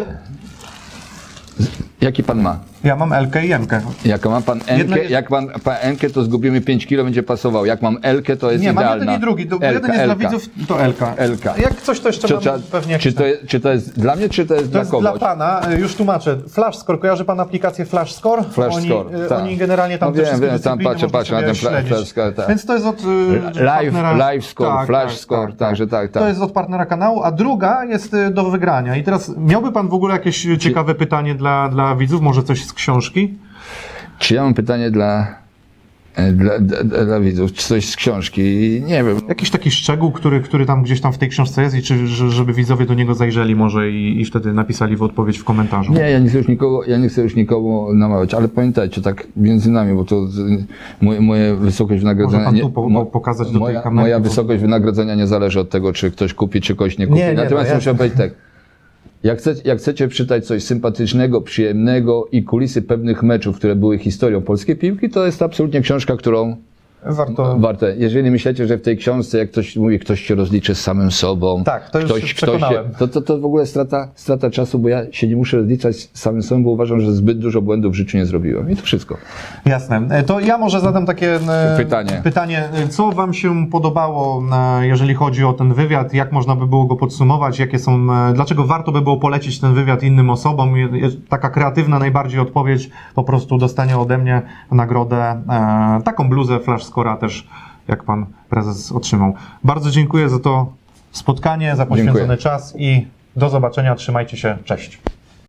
Jaki pan ma? Ja mam L-kę i M-kę. Jak ma pan M-kę, Jedna jest- jak pan, pan M-kę, to zgubimy pięć kilo, będzie pasował. Jak mam L-kę, to jest Nie, mam idealna. jeden i drugi. Do, L-ka, jeden jest dla L-ka. widzów, to L-ka. L-ka. Jak coś, to jeszcze Czy, mamy trzeba- pewnie... czy, to, czy to jest dla mnie, czy to jest To dla jest kogoś? dla pana, e, już tłumaczę. Flash Score, kojarzy pan aplikację Flash Score? Flash oni, Score, e, tak. Oni generalnie tam No te wiem, wszystkie wiem, tam dyscypliny patrzę, można patrzę na sobie ten Fla- śledzić. Flash Score, tak. Więc to jest od e, Live, partnera... live score, flash score, także tak, tak. To jest od partnera kanału, a druga jest e, do wygrania. I teraz miałby pan w ogóle jakieś ciekawe pytanie dla, dla widzów? Może coś z książki? Czy ja mam pytanie dla, dla, dla, dla widzów, czy coś z książki? Nie wiem. Jakiś taki szczegół, który, który tam gdzieś tam w tej książce jest i czy, że- żeby widzowie do niego zajrzeli może i, i wtedy napisali w odpowiedź w komentarzu. Nie, ja nie chcę już nikogo, ja nie chcę już nikogo namawiać, ale pamiętajcie, tak między nami, bo to z- moje, moje wysokość wynagrodzenia... Może pan nie- tu po, mo- po, pokazać do moja, tej kamery? moja bo- wysokość wynagrodzenia nie zależy od tego, czy ktoś kupi, czy ktoś nie kupi. Nie, nie, Natomiast no, muszę jasne. powiedzieć tak, jak, chce, jak chcecie przeczytać coś sympatycznego, przyjemnego i kulisy pewnych meczów, które były historią polskiej piłki, to jest absolutnie książka, którą Warto... warte. Jeżeli myślicie, że w tej książce, jak ktoś mówi, ktoś się rozliczy z samym sobą, Tak, to już ktoś, się ktoś się, przekonałem. to, to, to w ogóle strata, strata czasu, bo ja się nie muszę rozliczać z samym sobą, bo uważam, że zbyt dużo błędów w życiu nie zrobiłem. I to wszystko. Jasne. E, To ja może zadam takie e, Pytanie. pytanie. E, Co wam się podobało, e, jeżeli chodzi o ten wywiad? Jak można by było go podsumować? Jakie są, e, dlaczego warto by było polecić ten wywiad innym osobom? Je- je- Taka kreatywna najbardziej odpowiedź, po prostu dostanie ode mnie nagrodę, e, taką bluzę Flash Score'a też, jak pan prezes otrzymał. Bardzo dziękuję za to spotkanie, za poświęcony Dziękuję. czas i do zobaczenia. Trzymajcie się. Cześć.